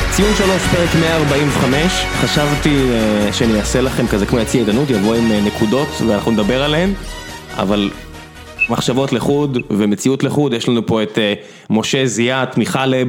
ציון 3 פרק 145, חשבתי שאני אעשה לכם כזה כמו יציע עדנות, יבוא עם נקודות ואנחנו נדבר עליהן, אבל מחשבות לחוד ומציאות לחוד, יש לנו פה את משה זיאת, מחלב,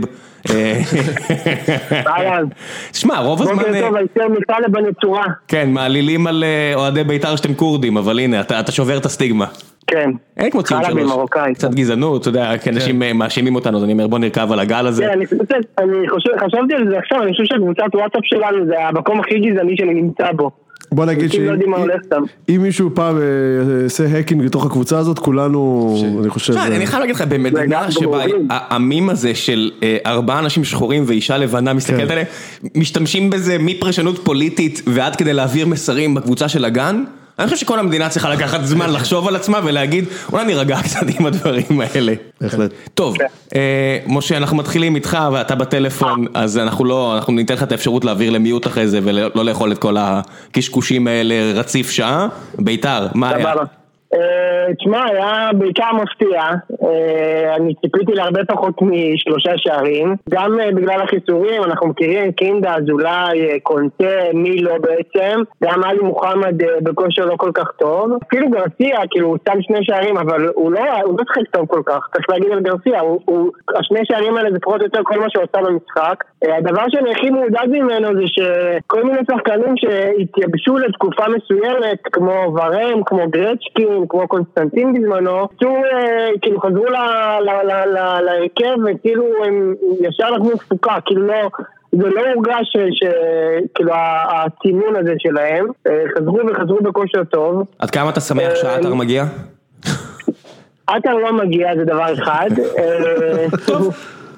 שמע, רוב הזמן... בוקר טוב, הייתי מחלב בנצורה. כן, מעלילים על אוהדי בית"ר שאתם קורדים, אבל הנה, אתה שובר את הסטיגמה. כן. אין כמו ציון 3, קצת גזענות, אתה יודע, אנשים מאשימים אותנו, אז אני אומר בוא נרכב על הגל הזה. כן, אני חשבתי על זה עכשיו, אני חושב שהקבוצת וואטסאפ שלנו זה המקום הכי גזעני שאני נמצא בו. בוא נגיד שאם מישהו פעם עושה הקינג לתוך הקבוצה הזאת, כולנו, אני חושב... אני חייב להגיד לך, במדינה שבה המים הזה של 4 אנשים שחורים ואישה לבנה מסתכלת עליה, משתמשים בזה מפרשנות פוליטית ועד כדי להעביר מסרים בקבוצה של הגן, אני חושב שכל המדינה צריכה לקחת זמן לחשוב על עצמה ולהגיד, אולי נירגע קצת עם הדברים האלה. בהחלט. טוב, משה, אנחנו מתחילים איתך ואתה בטלפון, אז אנחנו ניתן לך את האפשרות להעביר למיוט אחרי זה ולא לאכול את כל הקשקושים האלה רציף שעה. בית"ר, מה היה? תשמע, היה בעיקר מפתיע, אני ציפיתי להרבה פחות מ3 שערים, גם בגלל החיסורים, אנחנו מכירים קינדה, אזולאי, קונטה, מילו בעצם, גם עלי מוחמד בכושר לא כל כך טוב, אפילו גרסיה, כאילו הוא שם 2 שערים, אבל הוא לא שחק טוב כל כך, צריך להגיד על גרסיה, 2 שערים האלה זה פחות או יותר כל מה שהוא עושה במשחק. הדבר שאני הכי מודאג ממנו זה שכל מיני שחקנים שהתייבשו לתקופה מסוימת, כמו ורם, כמו גרצ'קין, כמו קונסטנטין בזמנו, כאילו חזרו להרכב וכאילו הם ישר נתנו תפוקה, כאילו זה לא הורגש כאילו התימון הזה שלהם, חזרו בכושר טוב. עד כמה אתה שמח שעטר מגיע? עטר לא מגיע, זה דבר אחד. טוב.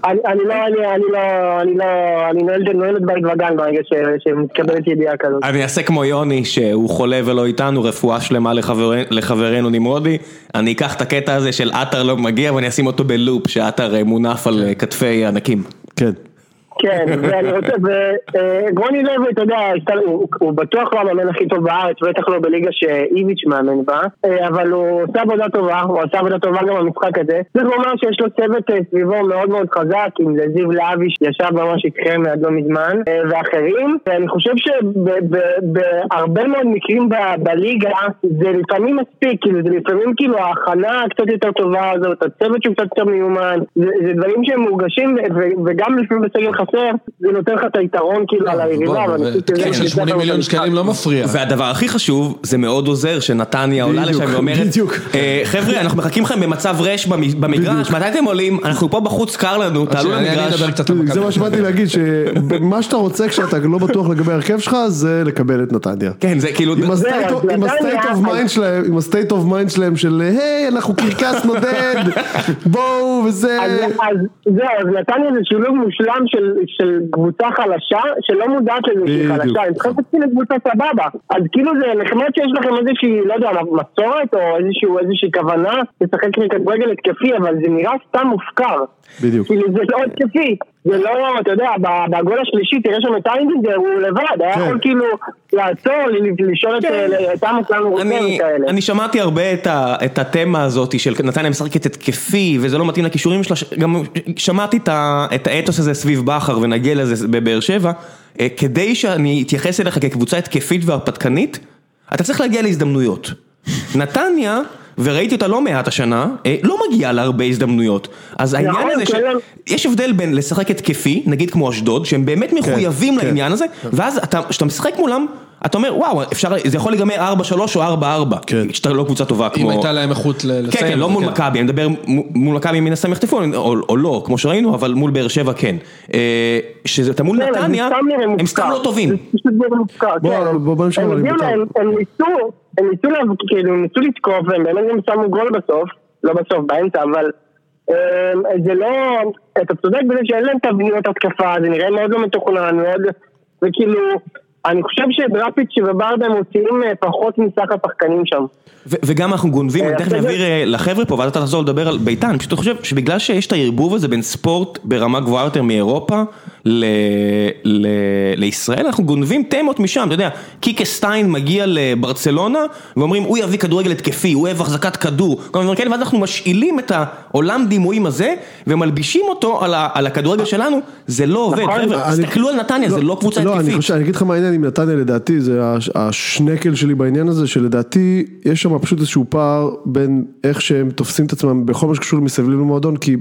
אני נועל את בית וגן ברגע שמתקבלת ידיעה כזאת. אני אעשה כמו יוני שהוא חולה ולא איתנו, רפואה שלמה לחברנו נמרודי, אני אקח את הקטע הזה של עטר לא מגיע ואני אשים אותו בלופ שעטר מונף על כתפי ענקים. כן. כן, ואני רוצה, וגרוני לוי, אתה יודע, הוא בטוח לא המאמן הכי טוב בארץ, בטח לא בליגה שאיביץ' מאמן בה, אבל הוא עושה עבודה טובה, הוא עושה עבודה טובה גם במשחק הזה. צריך לומר שיש לו צוות סביבו מאוד מאוד חזק, אם זה זיו לאבי שישב ממש איתכם עד לא מזמן, ואחרים, ואני חושב שבהרבה מאוד מקרים בליגה, זה לפעמים מספיק, זה לפעמים כאילו ההכנה קצת יותר טובה הזאת, הצוות שהוא קצת יותר מיומן, זה דברים שהם מורגשים, וגם לפעמים בסגל חסר, זה נותן לך את היתרון כאילו על היריבה. כן, 80 מיליון שקלים לא מפריע. והדבר הכי חשוב, זה מאוד עוזר שנתניה עולה לשם ואומרת, חבר'ה, אנחנו מחכים לכם במצב רש במגרש, מתי אתם עולים? אנחנו פה בחוץ, קר לנו, תעלו למגרש. זה מה שבאתי להגיד, שמה שאתה רוצה כשאתה לא בטוח לגבי הרכב שלך, זה לקבל את נתניה. כן, זה כאילו... עם ה-state of mind שלהם של, היי, אנחנו קרקס נודד, בואו וזה... אז נתניה זה שילוב מושלם של קבוצה חלשה, שלא מודעת לזה שהיא חלשה, אני צריכה להציל את קבוצה סבבה, אז כאילו זה נחמד שיש לכם איזושהי, לא יודע, מסורת או איזושהי כוונה לשחק כדורגל התקפי, אבל זה נראה סתם מופקר. בדיוק. כאילו זה לא התקפי, זה לא, אתה יודע, בגול השלישי תראה שם את איינגינגר, הוא לבד, היה יכול כאילו לעצור, לשאול את עמוס לנו רוצים כאלה. אני שמעתי הרבה את התמה הזאת של נתניה משחקת התקפי, וזה לא מתאים לכישורים שלה, גם שמעתי את האתוס הזה סביב בחר, ונגיע לזה בבאר שבע, כדי שאני אתייחס אליך כקבוצה התקפית והרפתקנית, אתה צריך להגיע להזדמנויות. נתניה, וראיתי אותה לא מעט השנה, לא מגיעה להרבה הזדמנויות. אז העניין הזה שיש הבדל בין לשחק התקפי, נגיד כמו אשדוד, שהם באמת מחויבים לעניין הזה, ואז כשאתה משחק מולם, אתה אומר, וואו, זה יכול להיגמר 4-3 או 4-4, שאתה לא קבוצה טובה כמו... אם הייתה להם איכות לסיים. כן, כן, לא מול מכבי, אני מדבר מול מכבי מן הסתם יחטפו, או לא, כמו שראינו, אבל מול באר שבע כן. שאתה מול נתניה, הם סתם לא טובים. הם ניסו לתקוף, והם באמת גם שמו גול בסוף, לא בסוף, באמצע, אבל זה לא... אתה צודק בזה שאין להם תבניות התקפה, זה נראה מאוד לא מתוכנן, מאוד... וכאילו... אני חושב שדראפיץ' וברדה מוציאים פחות מסך השחקנים שם. וגם אנחנו גונבים, אני תכף נעביר לחבר'ה פה, ואז אתה תחזור לדבר על ביתן, פשוט חושב שבגלל שיש את הערבוב הזה בין ספורט ברמה גבוהה יותר מאירופה, לישראל, אנחנו גונבים תמות משם, אתה יודע, קיקה סטיין מגיע לברצלונה, ואומרים, הוא יביא כדורגל התקפי, הוא אוהב החזקת כדור, ואז אנחנו משאילים את העולם דימויים הזה, ומלבישים אותו על הכדורגל שלנו, זה לא עובד, חבר'ה, תסתכלו על נתניה, זה לא קבוצה התקפית. אני אגיד לך מה העניין עם נתניה, לדעתי, זה השנקל שלי בעניין הזה, שלדעתי, יש שם פשוט איזשהו פער, בין איך שהם תופסים את עצמם, בכל מה שקשור מסביב למועדון, כי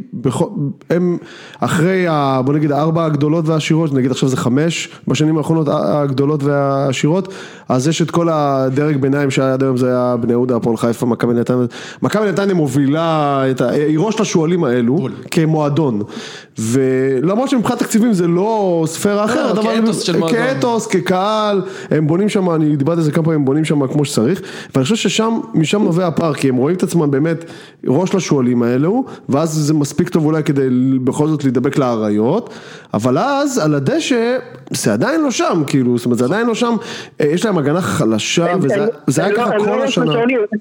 הם אחרי, בוא נגיד, 4 הגדולות והעשירות, נגיד עכשיו זה 5 בשנים האחרונות הגדולות והעשירות, אז יש את כל הדרג ביניים שהיה עד היום, זה היה בני יהודה, הפועל חיפה, מכבי נתניה, מכבי נתניה מובילה, היא ראש לשועלים האלו, כמועדון, ולמרות שמבחינת תקציבים זה לא ספירה אחרת, כאתוס, כקהל, הם בונים שם, אני דיברתי על זה כמה פעמים, הם בונים שם כמו שצריך, ואני חושב שמשם נובע הפער, כי הם רואים את עצמם באמת ראש לשועלים האלו, ואז זה מספיק טוב אולי כדי בכל זאת להידבק לאריות, אבל אז על הדשא זה עדיין לא שם, כאילו, זאת אומרת, זה עדיין לא שם, יש להם הגנה חלשה, וזה היה ככה כל השנה.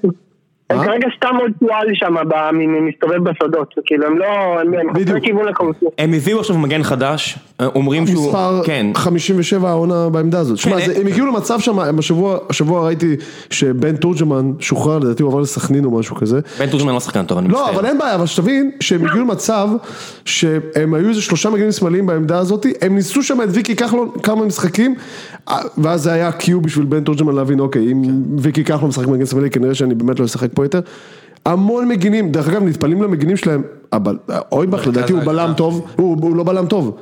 הם כרגע סתם עוד תואל שם, מסתובב בסודות, כאילו הם לא, הם חסרי כיוון לקבוצה. הם הביאו עכשיו מגן חדש, אומרים שהוא, מספר 57 העונה בעמדה הזאת. שמע, הם הגיעו למצב שם, השבוע ראיתי שבן תורג'מן שוחרר, לדעתי הוא עבר לסכנין או משהו כזה. בן תורג'מן לא שחקן טוב, אני מצטער. לא, אבל אין בעיה, אבל שתבין שהם הגיעו למצב שהם היו איזה 3 מגנים שמאליים בעמדה הזאת, הם ניסו שם את ויקי כחלון כמה משחקים, ואז זה היה קיו בשביל בן תורג'מן להבין, אוקיי, אם ויקי כחלון משחק מגן שמאלי, כנראה שאני באמת לא אשחק פה יותר. המון מגינים, דרך אגב נתפלים למגינים שלהם, אבל אויבך לדעתי הוא בלם טוב, הוא לא בלם טוב,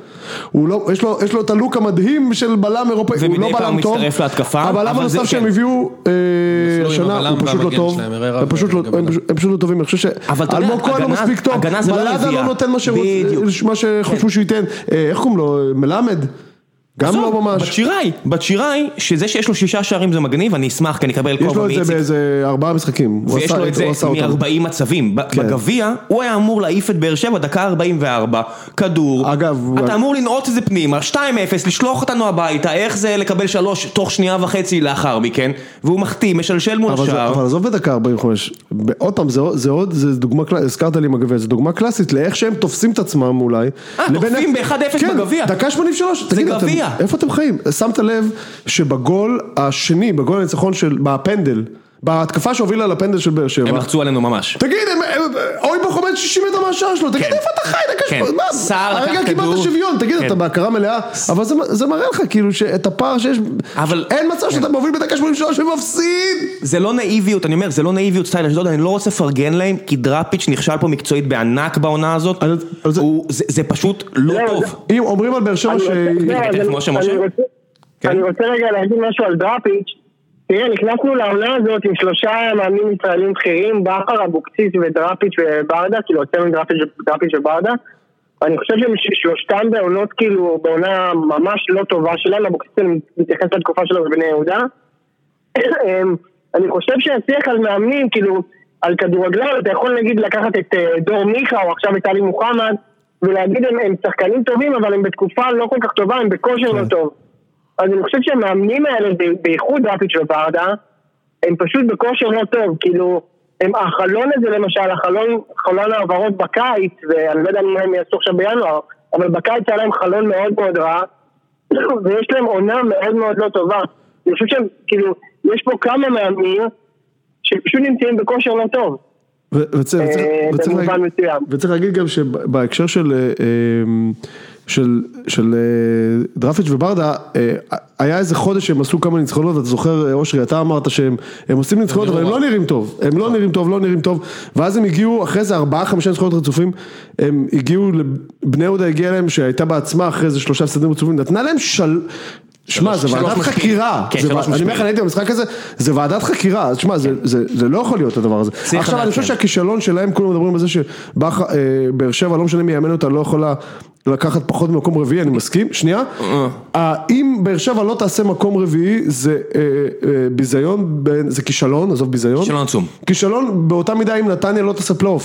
יש לו את הלוק המדהים של בלם אירופאי, הוא לא בלם טוב, אבל למה נוסף שהם הביאו שנה, הוא פשוט לא טוב, הם פשוט לא טובים, אני חושב שאלמוג כהן לא מספיק טוב, מלאדה לא נותן מה שחושבו שהוא ייתן, איך קוראים לו, מלמד? גם לא ממש. בת שיראי, שזה שיש לו 6 שערים זה מגניב, אני אשמח, כי אני אקבל יש לו את זה באיזה 4 משחקים. ויש לו את זה מ-40 מצבים. בגביע, הוא היה אמור להעיף את באר שבע, דקה 44, כדור. אגב, אתה אמור לנעוט את זה פנימה, 2-0, לשלוח אותנו הביתה, איך זה לקבל 3 תוך 1.5 שנייה לאחר מכן, והוא מחתים, משלשל מול השער. אבל עזוב בדקה 45, עוד פעם, זה דוגמה, הזכרת לי עם הגביע, זה דוגמה קלאסית, לאיך שהם תופסים את עצמם אולי. תופסים ב-1-0 בגביע. דקה 83, זה גביע. איפה אתם חיים? שמת לב שבגול השני, בגול הניצחון בפנדל, בהתקפה שהובילה לפנדל של באר שבע, הם לחצו עלינו ממש. תגיד, אוי בו חומד 60 מטר מהשער שלו, תגיד איפה אתה חי? הרגע קיבלת שוויון, תגיד, אתה בהכרה מלאה, אבל זה מראה לך כאילו שאת הפער שיש, אין מצב שאתה מוביל בדקה 83 ומפסיד. זה לא נאיביות, אני אומר, זה לא נאיביות סטייל אשדוד, אני לא רוצה לפרגן להם, כי דראפיץ' נכשל פה מקצועית בענק בעונה הזאת, זה פשוט לא טוב. אם אומרים על באר שבע אני רוצה רגע להגיד משהו על דראפיץ'. תראה, נכנסנו לעונה הזאת עם 3 מאמנים ישראלים בכירים, בכר, אבוקסיס ודראפיץ' וברדה, כאילו הוצאנו דראפיץ' וברדה. אני חושב שהם שלושתם בעונות, כאילו, בעונה ממש לא טובה שלהם, אבוקסיס מתייחס לתקופה שלו בבני יהודה. אני חושב שהשיח על מאמנים, כאילו, על כדורגלן, אתה יכול נגיד לקחת את דור מיכה או עכשיו את עלי מוחמד, ולהגיד הם שחקנים טובים, אבל הם בתקופה לא כל כך טובה, הם בכושר לא טוב. אז אני חושב שהמאמנים האלה, בייחוד דראפיץ' וברדה, הם פשוט בכושר לא טוב, כאילו, החלון הזה למשל, חלון העברות בקיץ, ואני לא יודע אם הם יעשו עכשיו בינואר, אבל בקיץ היה להם חלון מאוד מאוד רע, ויש להם עונה מאוד מאוד לא טובה. אני חושב שהם, כאילו, יש פה כמה מאמנים, שפשוט נמצאים בכושר לא טוב. וצריך להגיד גם שבהקשר של דראפיץ' וברדה, היה איזה חודש שהם עשו כמה ניצחונות, אתה זוכר, אושרי, אתה אמרת שהם עושים ניצחונות, אבל הם לא נראים טוב, לא נראים טוב, ואז הם הגיעו, אחרי זה 4-5 ניצחונות רצופים, הם הגיעו, בני יהודה הגיע להם, שהייתה בעצמה אחרי זה 3 הפסדים רצופים, נתנה להם שמע, זה ועדת חקירה, אני אומר לך, הייתי במשחק הזה, זה ועדת חקירה, אז שמע, זה לא יכול להיות הדבר הזה. עכשיו, אני חושב שהכישלון שלהם, כולם מדברים על זה שבאר שבע, לא משנה מי יאמן אותה, לא יכולה לקחת פחות ממקום רביעי, אני מסכים, שנייה, אם באר שבע לא תעשה מקום רביעי, זה ביזיון, זה כישלון, עזוב ביזיון, כישלון עצום. כישלון באותה מידה אם נתניה לא תעשה פלייאוף,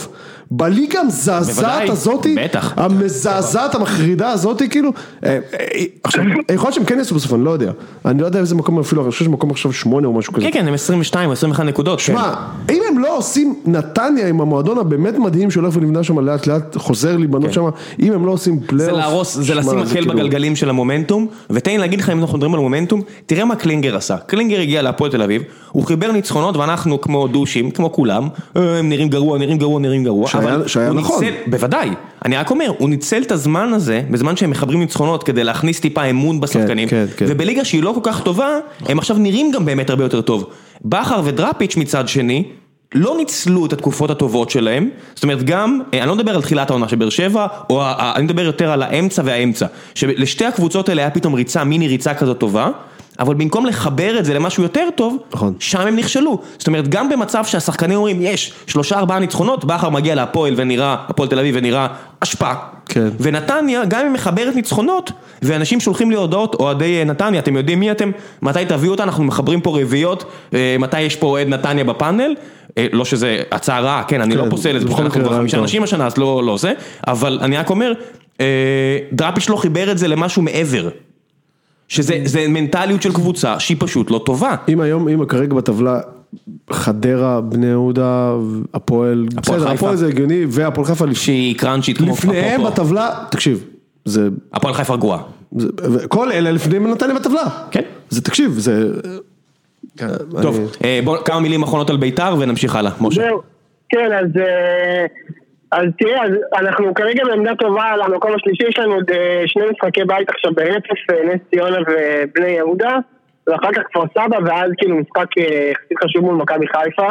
בליגה המזעזעת הזאת, המזעזעת, המחרידה הזאת, כאילו, עכשיו, יכול להיות שהם כן יעשו בסוף, אני לא יודע, אני לא יודע איזה מקום אפילו, אני חושב שמקום עכשיו 8 או משהו כזה. כן, כן, הם 22, 21 נקודות. שמע, אם הם לא עושים נתניה עם המועדון הבאמת מדהים שהולך ונבנה שם לאט לאט, חוזר להיבנות שם, אם הם לא עושים פלייאוף, זה להרוס, זה לשים מקל בגלגלים של המומנטום, ותן לי להגיד לך אם אנחנו מדברים על מומנטום, תראה מה קלינגר עשה. קלינגר הגיע להפועל תל אביב, הוא חיבר ניצחונות ואנחנו כמו דושים, כמו כולם, הם נראים גרוע, נראים גרוע, שהיה נכון. בוודאי, אני רק אומר, הוא ניצל את הזמן הזה, בזמן שהם מחברים ניצחונות כדי להכניס טיפה אמון בשחקנים, ובליגה שהיא לא כל כך טובה, הם עכשיו נראים גם באמת הרבה יותר טוב. בכר ודראפיץ' מצד שני, לא ניצלו את התקופות הטובות שלהם, זאת אומרת גם, אני לא מדבר על תחילת העונה של באר שבע, או אני מדבר יותר על האמצע והאמצע, שלשתי הקבוצות האלה היה פתאום ריצה, מיני ריצה כזאת טובה, אבל במקום לחבר את זה למשהו יותר טוב, שם הם נכשלו. זאת אומרת, גם במצב שהשחקנים אומרים, יש 3-4 ניצחונות, בכר מגיע להפועל ונראה, הפועל תל אביב ונראה השפעה. ונתניה, גם אם מחברת ניצחונות, ואנשים שולחים לי הודעות, אוהדי נתניה, אתם יודעים מי אתם? מתי תביאו אותה? אנחנו מחברים פה רביעיות, מתי יש פה אוהד נתניה בפאנל? לא שזה הצעה רעה, כן, אני לא פוסל את זה, אנחנו כבר 5 אנשים השנה, אז לא זה, אבל אני רק אומר, דראפיץ' לא חיבר את זה למשהו מעבר. שזה מנטליות של קבוצה שהיא פשוט לא טובה. אם כרגע בטבלה חדרה, בני יהודה, הפועל, בסדר, הפועל זה הגיוני, והפועל חיפה שהיא קרנצ'ית כמו לפניהם בטבלה, תקשיב, זה הפועל חיפה רגועה. כל אלה לפניהם נתניה בטבלה. כן. זה תקשיב, זה טוב, בוא כמה מילים אחרונות על ביתר ונמשיך הלאה, משה. כן, אז תראה, אנחנו כרגע בעמדה טובה על המקום השלישי, יש לנו עוד 2 משחקי בית עכשיו ברצף, נס ציונה ובני יהודה, ואחר כך כפר סבא, ואז כאילו משחק יחסית חשוב מול מכבי חיפה.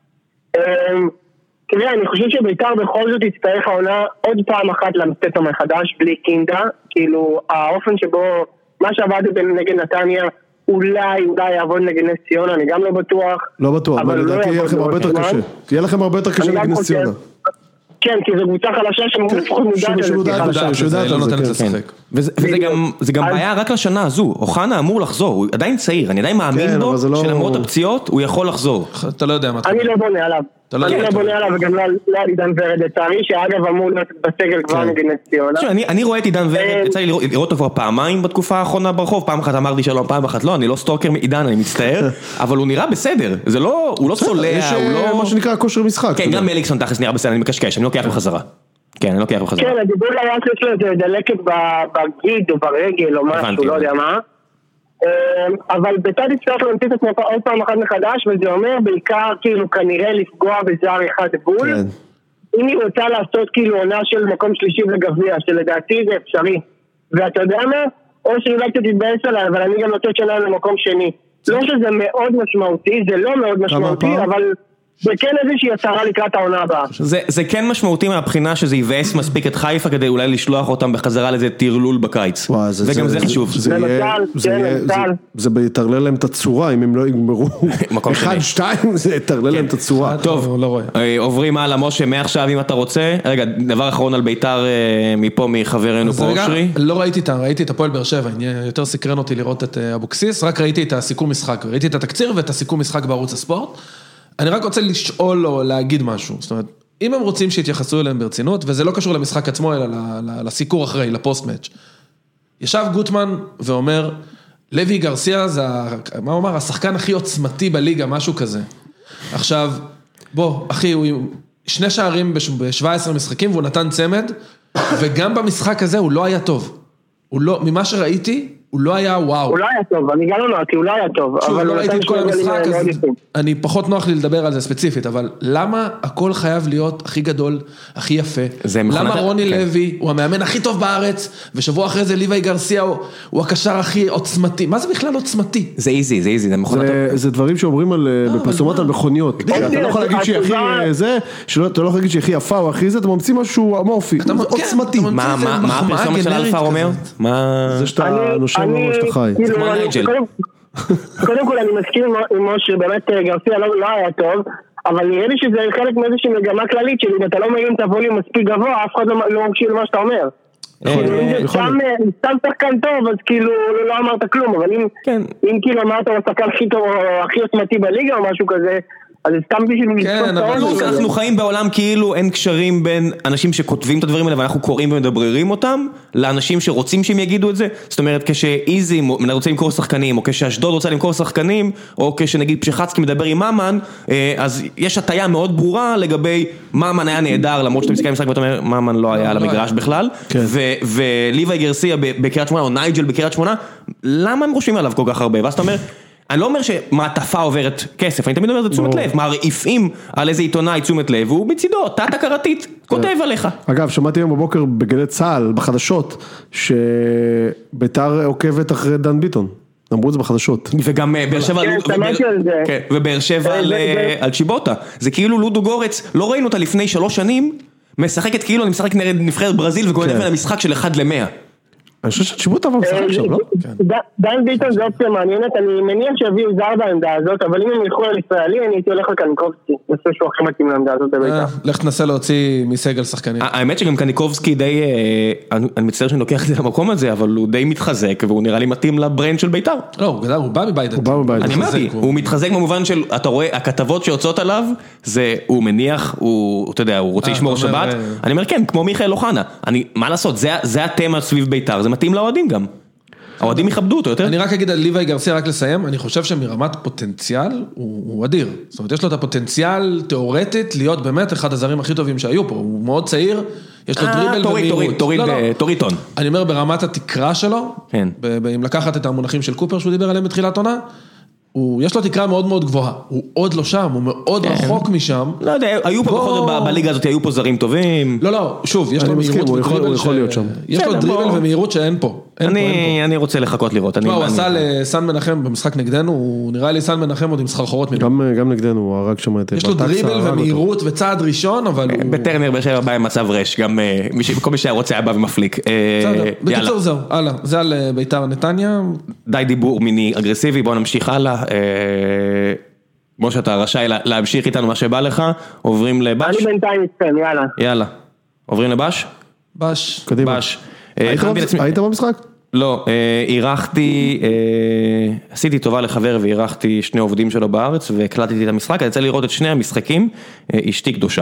תראה, אני חושב שביתר בכל זאת יצטרך העונה עוד פעם אחת למצאת המחדש, בלי קינדה, כאילו האופן שבו מה שעבדתי נגד נתניה, אולי יעבוד נגד נס ציונה, אני גם לא בטוח. לא בטוח, אבל לדעתי יהיה לכם הרבה יותר קשה. יהיה לכם הרבה יותר קשה נגד נס ציונה. כן, כי זו קבוצה חלשה שמפחות מודעת וזה גם בעיה רק לשנה הזו. אוחנה אמור לחזור, הוא עדיין צעיר, אני עדיין מאמין בו שלמרות הפציעות הוא יכול לחזור. אתה לא יודע מה אתה אני לא בונה עליו, וגם לא על עידן ורד לצערי, שאגב אמור להיות בסגל כבר נגד נס ציונה. אני רואה את עידן ורד, יצא לי לראות אותו כבר פעמיים בתקופה האחרונה ברחוב, פעם אחת אמרתי שלום, פעם אחת לא, אני לא סטוקר מעידן, אני מצטער, אבל הוא נראה בסדר, הוא לא סולע, יש מה שנקרא כושר משחק. כן, גם מליקסון תכף נראה בסדר, אני מקשקש, אני לוקח בחזרה. כן, אני לוקח בחזרה. כן, הדיבור היה שיש לו איזה דלקת בגיד או ברגל או משהו, לא יודע מה. אבל ביתר תצטרך להמציא את עצמו עוד פעם אחת מחדש, וזה אומר בעיקר כאילו כנראה לפגוע בזר אחד בול. אם היא רוצה לעשות כאילו עונה של מקום שלישי וגביע, שלדעתי זה אפשרי. ואתה יודע מה? או שאולי קצת תתבאס עליי, אבל אני גם נותן שנה למקום שני. לא שזה מאוד משמעותי, זה לא מאוד משמעותי, אבל זה כן איזושהי הצהרה לקראת העונה הבאה. זה כן משמעותי מהבחינה שזה יבאס מספיק את חיפה כדי אולי לשלוח אותם בחזרה לזה תירלול בקיץ. וגם זה חשוב. זה יתרלל להם את הצורה, אם הם לא יגמרו 1-2 זה יתרלל להם את הצורה. טוב, עוברים הלאה משה, מעכשיו אם אתה רוצה. רגע, דבר אחרון על ביתר מפה מחברנו פה אושרי. לא ראיתי את הפועל באר שבע, יותר סקרן אותי לראות את אבוקסיס, רק ראיתי את הסיכום משחק, ראיתי את התקציר ואת הסיכום משחק בערוץ הספורט. אני רק רוצה לשאול או להגיד משהו, זאת אומרת, אם הם רוצים שיתייחסו אליהם ברצינות, וזה לא קשור למשחק עצמו, אלא לסיקור אחרי, לפוסט-מאץ'. ישב גוטמן ואומר, לוי גרסיה זה, מה הוא אמר, השחקן הכי עוצמתי בליגה, משהו כזה. עכשיו, בוא, אחי, הוא 2 שערים ב-17 משחקים, והוא נתן צמד, וגם במשחק הזה הוא לא היה טוב. הוא לא, ממה שראיתי, הוא לא היה וואו. הוא לא היה טוב, אני גם לא נעתי, הוא לא היה טוב. שוב, לא ראיתי את כל המשחק, אז אני פחות נוח לי לדבר על זה ספציפית, אבל למה הכל חייב להיות הכי גדול, הכי יפה? למה רוני לוי הוא המאמן הכי טוב בארץ, ושבוע אחרי זה ליווי גרסיה הוא הקשר הכי עוצמתי? מה זה בכלל עוצמתי? זה איזי, זה מכונה טוב. זה דברים שאומרים בפרסומות על מכוניות. אתה לא יכול להגיד שהיא הכי זה, אתה לא יכול להגיד שהיא הכי יפה או הכי זה, אתה ממציא משהו אמורפי, עוצמתי. מה הפרסומת של אלפא אומר? זה שאתה נושם ממש שאתה חי. קודם כל אני מסכים עם משה, באמת גרסיה לא היה טוב, אבל נראה לי שזה חלק מאיזושהי מגמה כללית שלי, ואתה לא מרים את הווליום מספיק גבוה, אף אחד לא מקשיב למה שאתה אומר. אם זה סתם שחקן טוב, אז כאילו לא אמרת כלום, אבל אם כאילו אמרת הוא השחקן הכי טוב או הכי עוצמתי בליגה או משהו כזה, אז הסכמתי שנתפוס את האוזן. אנחנו חיים בעולם כאילו אין קשרים בין אנשים שכותבים את הדברים האלה ואנחנו קוראים ומדבררים אותם, לאנשים שרוצים שהם יגידו את זה. זאת אומרת, כשאיזי רוצה למכור שחקנים, או כשאשדוד רוצה למכור שחקנים, או כשנגיד פשחצקי מדבר עם מאמן, אז יש הטיה מאוד ברורה לגבי מאמן היה נהדר, למרות שאתה מסתכל במשחק ואתה אומר, מאמן לא היה על המגרש בכלל, וליוואי גרסיה בקריית שמונה, או נייג'ל בקריית שמונה, למה הם רושמים עליו כל כך הרבה? ואז אתה אומר, אני לא אומר שמעטפה עוברת כסף, אני תמיד אומר זה תשומת לב, מעריפים על איזה עיתונאי תשומת לב, והוא מצידו, תת-הכרתית, כותב עליך. אגב, שמעתי היום בבוקר בגלי צהל, בחדשות, שביתר עוקבת אחרי דן ביטון. אמרו את זה בחדשות. וגם באר שבע, שמעתי על זה. ובאר שבע על צ'יבוטה. זה כאילו לודו גורץ, לא ראינו אותה לפני 3 שנים, משחקת כאילו אני משחק נבחרת ברזיל, וגונב על המשחק של 1-100. אני חושב שצ'יבוט אבל משחק עכשיו, לא? דן ביטון זה אופציה מעניינת, אני מניח שיביאו זר בעמדה הזאת, אבל אם הם ילכו על ישראלי, אני הייתי הולך לקניקובסקי, נעשה שהוא הכי מתאים לעמדה הזאת בביתה. לך תנסה להוציא מסגל שחקנים. האמת שגם קניקובסקי די, אני מצטער שאני לוקח את זה למקום הזה, אבל הוא די מתחזק, והוא נראה לי מתאים לברנד של ביתר. לא, הוא בא מבית. אני אמרתי, הוא מתחזק במובן של, אתה רואה, הכתבות שיוצאות עליו, זה, הוא מניח, אתה יודע, הוא רוצה לשמור שבת. אני אומר, כן, כמו מיכאל אוחנה. מה לעשות, זה התמה סביב ביתר, זה מתאים לאוהדים גם. האוהדים יכבדו אותו יותר. אני רק אגיד על ליוואי גרסיה, רק לסיים, אני חושב שמרמת פוטנציאל הוא אדיר. זאת אומרת, יש לו את הפוטנציאל תיאורטית להיות באמת אחד הזרים הכי טובים שהיו פה. הוא מאוד צעיר, יש לו דריבל ומהירות. תוריטון. אני אומר ברמת התקרה שלו, אם לקחת את המונחים של קופר שהוא דיבר עליהם בתחילת עונה, יש לו תקרה מאוד מאוד גבוהה, הוא עוד לא שם, הוא מאוד רחוק משם. לא יודע, היו פה בכל בליגה הזאת, היו פה זרים טובים. לא, שוב, יש לו מהירות ודריבל, יש לו דריבל ומהירות שאין פה. אני רוצה לחכות לראות. הוא עשה לסן מנחם במשחק נגדנו, הוא נראה לי סן מנחם עוד עם סחרחורות מדי. גם נגדנו, הוא הרג שם את... יש לו דריבל ומהירות וצעד ראשון, אבל הוא... בטרנר באר שבע בא עם מצב רש, גם כל מי שרוצה היה בא ומפליק. בקיצור זהו, הלאה, זה על ביתר נתניה. די דיבור מיני אגרסיבי, בואו נמשיך הלאה. כמו שאתה רשאי להמשיך איתנו מה שבא לך, עוברים לבש. אני בינתיים אצטן, יאללה. יאללה. עוברים לבש? בש. קדימה. היית במשחק? לא, עשיתי טובה לחבר ועירכתי 2 עובדים שלו בארץ והקלטתי את המשחק, אני צריך לראות את 2 המשחקים, אשתי קדושה.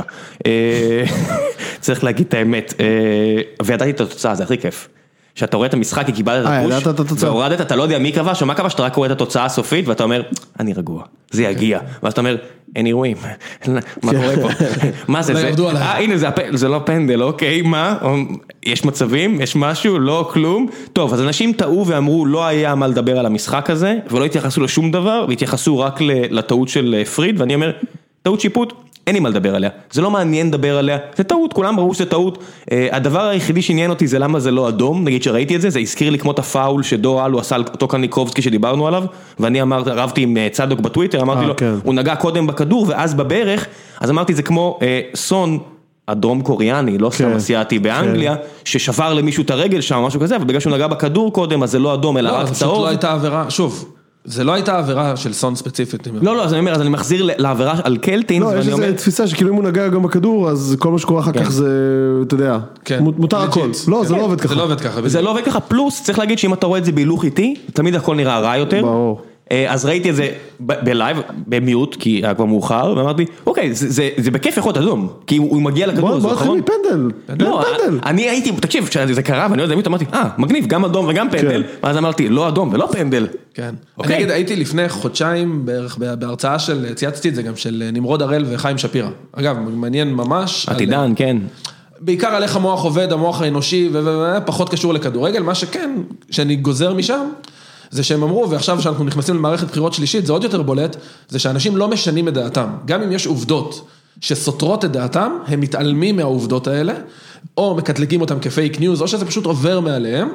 צריך להגיד את האמת, וידעתי את התוצאה, זה הכי כיף. שאתה רואה את המשחק, כי קיבלת את הפוש, והורדת, אתה לא יודע מי קבע, שמה קבע, שאתה רק קורא את התוצאה הסופית, ואתה אומר, אני רגוע, זה יגיע. ואז אתה אומר, אין אירועים, מה קורה פה? מה זה? הנה, זה לא פנדל, אוקיי, מה? יש מצבים, יש משהו, לא כלום. טוב, אז אנשים טעו ואמרו, לא היה מה לדבר על המשחק הזה, ולא התייחסו לשום דבר, והתייחסו רק לטעות של פריד, ואני אומר, טעות שיפוט, אין לי מה לדבר עליה, זה לא מעניין לדבר עליה, זה טעות, כולם ראו שזה טעות, הדבר היחידי שעניין אותי זה למה זה לא אדום, נגיד שראיתי את זה, זה הזכיר לי כמו את הפאול שדור אלו עשה על אותו קניקובסקי שדיברנו עליו, ואני רבתי עם צדוק בטוויטר, אמרתי לו, הוא נגע קודם בכדור ואז בברך, אז אמרתי זה כמו סון, הדרום קוריאני, לא סתם אסיאתי באנגליה, ששבר למישהו את הרגל שם, משהו כזה, אבל בגלל שהוא נגע בכדור קודם, אז זה לא אדום, אלא רק צהוב. לא הייתה עבירה, שוב. זה לא הייתה עבירה של סון ספציפית. לא, אז אני אומר, אז אני מחזיר לעבירה על קלטין. לא, יש איזו תפיסה שכאילו אם הוא נגע גם בכדור, אז כל מה שקורה אחר כך זה, אתה יודע, מותר הכל. לא, זה לא עובד ככה. זה לא עובד ככה. זה לא עובד ככה, פלוס, צריך להגיד שאם אתה רואה את זה בהילוך איטי, תמיד הכל נראה רע יותר. ברור. אז ראיתי את זה בלייב, במיוט, כי היה כבר מאוחר, ואמרתי, אוקיי, זה בכיף יכול להיות אדום, כי הוא מגיע לכדור. בוא נתחיל מפנדל. לא, אני הייתי, תקשיב, כשזה קרה, ואני לא יודע, אמרתי, מגניב, גם אדום וגם פנדל, ואז אמרתי, לא אדום ולא פנדל. כן. אני אגיד, הייתי לפני חודשיים בערך בהרצאה של, צייצתי את זה גם, של נמרוד הראל וחיים שפירא. אגב, מעניין ממש. עתידן, כן. בעיקר על איך המוח עובד, המוח האנושי, ופחות קשור לכדורגל, מה שכן, שאני גוזר משם, זה שהם אמרו, ועכשיו שאנחנו נכנסים למערכת בחירות שלישית, זה עוד יותר בולט, זה שאנשים לא משנים את דעתם. גם אם יש עובדות שסותרות את דעתם, הם מתעלמים מהעובדות האלה, או מקטלגים אותם כפייק ניוז, או שזה פשוט עובר מעליהם,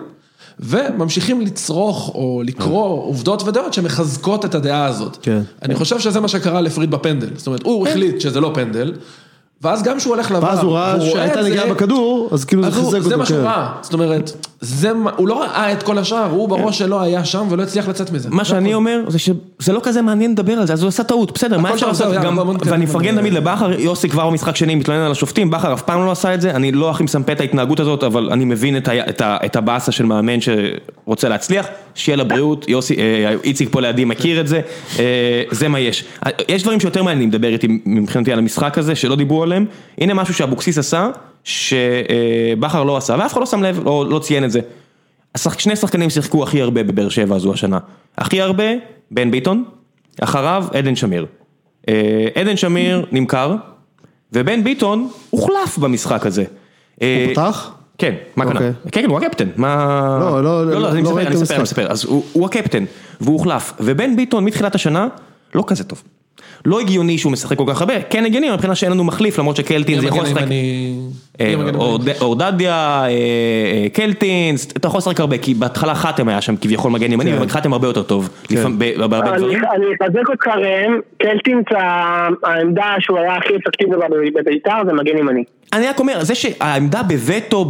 וממשיכים לצרוך או לקרוא עובדות ודעות שמחזקות את הדעה הזאת. כן. אני חושב שזה מה שקרה לפריד בפנדל. זאת אומרת, הוא החליט שזה לא פנדל, ואז גם שהוא הולך לבא, ואז הוא ראה שהייתה נגיעה בכדור, אז כאילו זה חיזק אותו. זה מה שהוא ראה. זאת אומרת, הוא לא ראה את כל השאר, הוא בראש שלו היה שם ולא הצליח לצאת מזה. מה שאני אומר זה שזה לא כזה מעניין לדבר על זה, אז הוא עשה טעות, בסדר, מה אפשר לעשות גם, ואני מפרגן תמיד לבחר, יוסי כבר במשחק שני מתלונן על השופטים, בחר אף פעם לא עשה את זה, אני לא הכי מסמפה את ההתנהגות הזאת, אבל אני מבין את הבאסה של מאמן שרוצה להצליח, שיהיה לבריאות, יוסי, איציק פה לידי מכיר את זה, זה מה יש. יש דברים שיותר מעניינים לדבר איתי מבחינתי על המשחק הזה, שלא דיברו עליהם, הנה משהו שאבוקסיס עשה, שבחר לא עשה, ואף אחד לא שם לב, לא ציין את זה. שני שחקנים שיחקו הכי הרבה בבאר שבע הזו השנה. הכי הרבה, בן ביטון, אחריו עדן שמיר. עדן שמיר נמכר, ובן ביטון הוחלף במשחק הזה. הוא פתח? כן, מה קנה? כן, הוא הקפטן. לא, אני מספר. אז הוא הקפטן, והוא הוחלף. ובן ביטון מתחילת השנה, לא כזה טוב. לא הגיוני שהוא משחק כל כך הרבה, כן הגיוני, מבחינה שאין לנו מחליף, למרות שקלטינס יכול לשחק, אורדדיה, קלטינס, אתה יכול לשחק הרבה, כי בהתחלה חתם היה שם כביכול מגן ימני, וחתם הרבה יותר טוב. אני אחזק אותך ראם, קלטינס העמדה שהוא היה הכי אפקטיבי בביתר זה מגן ימני. אני רק אומר, זה שהעמדה בווטו,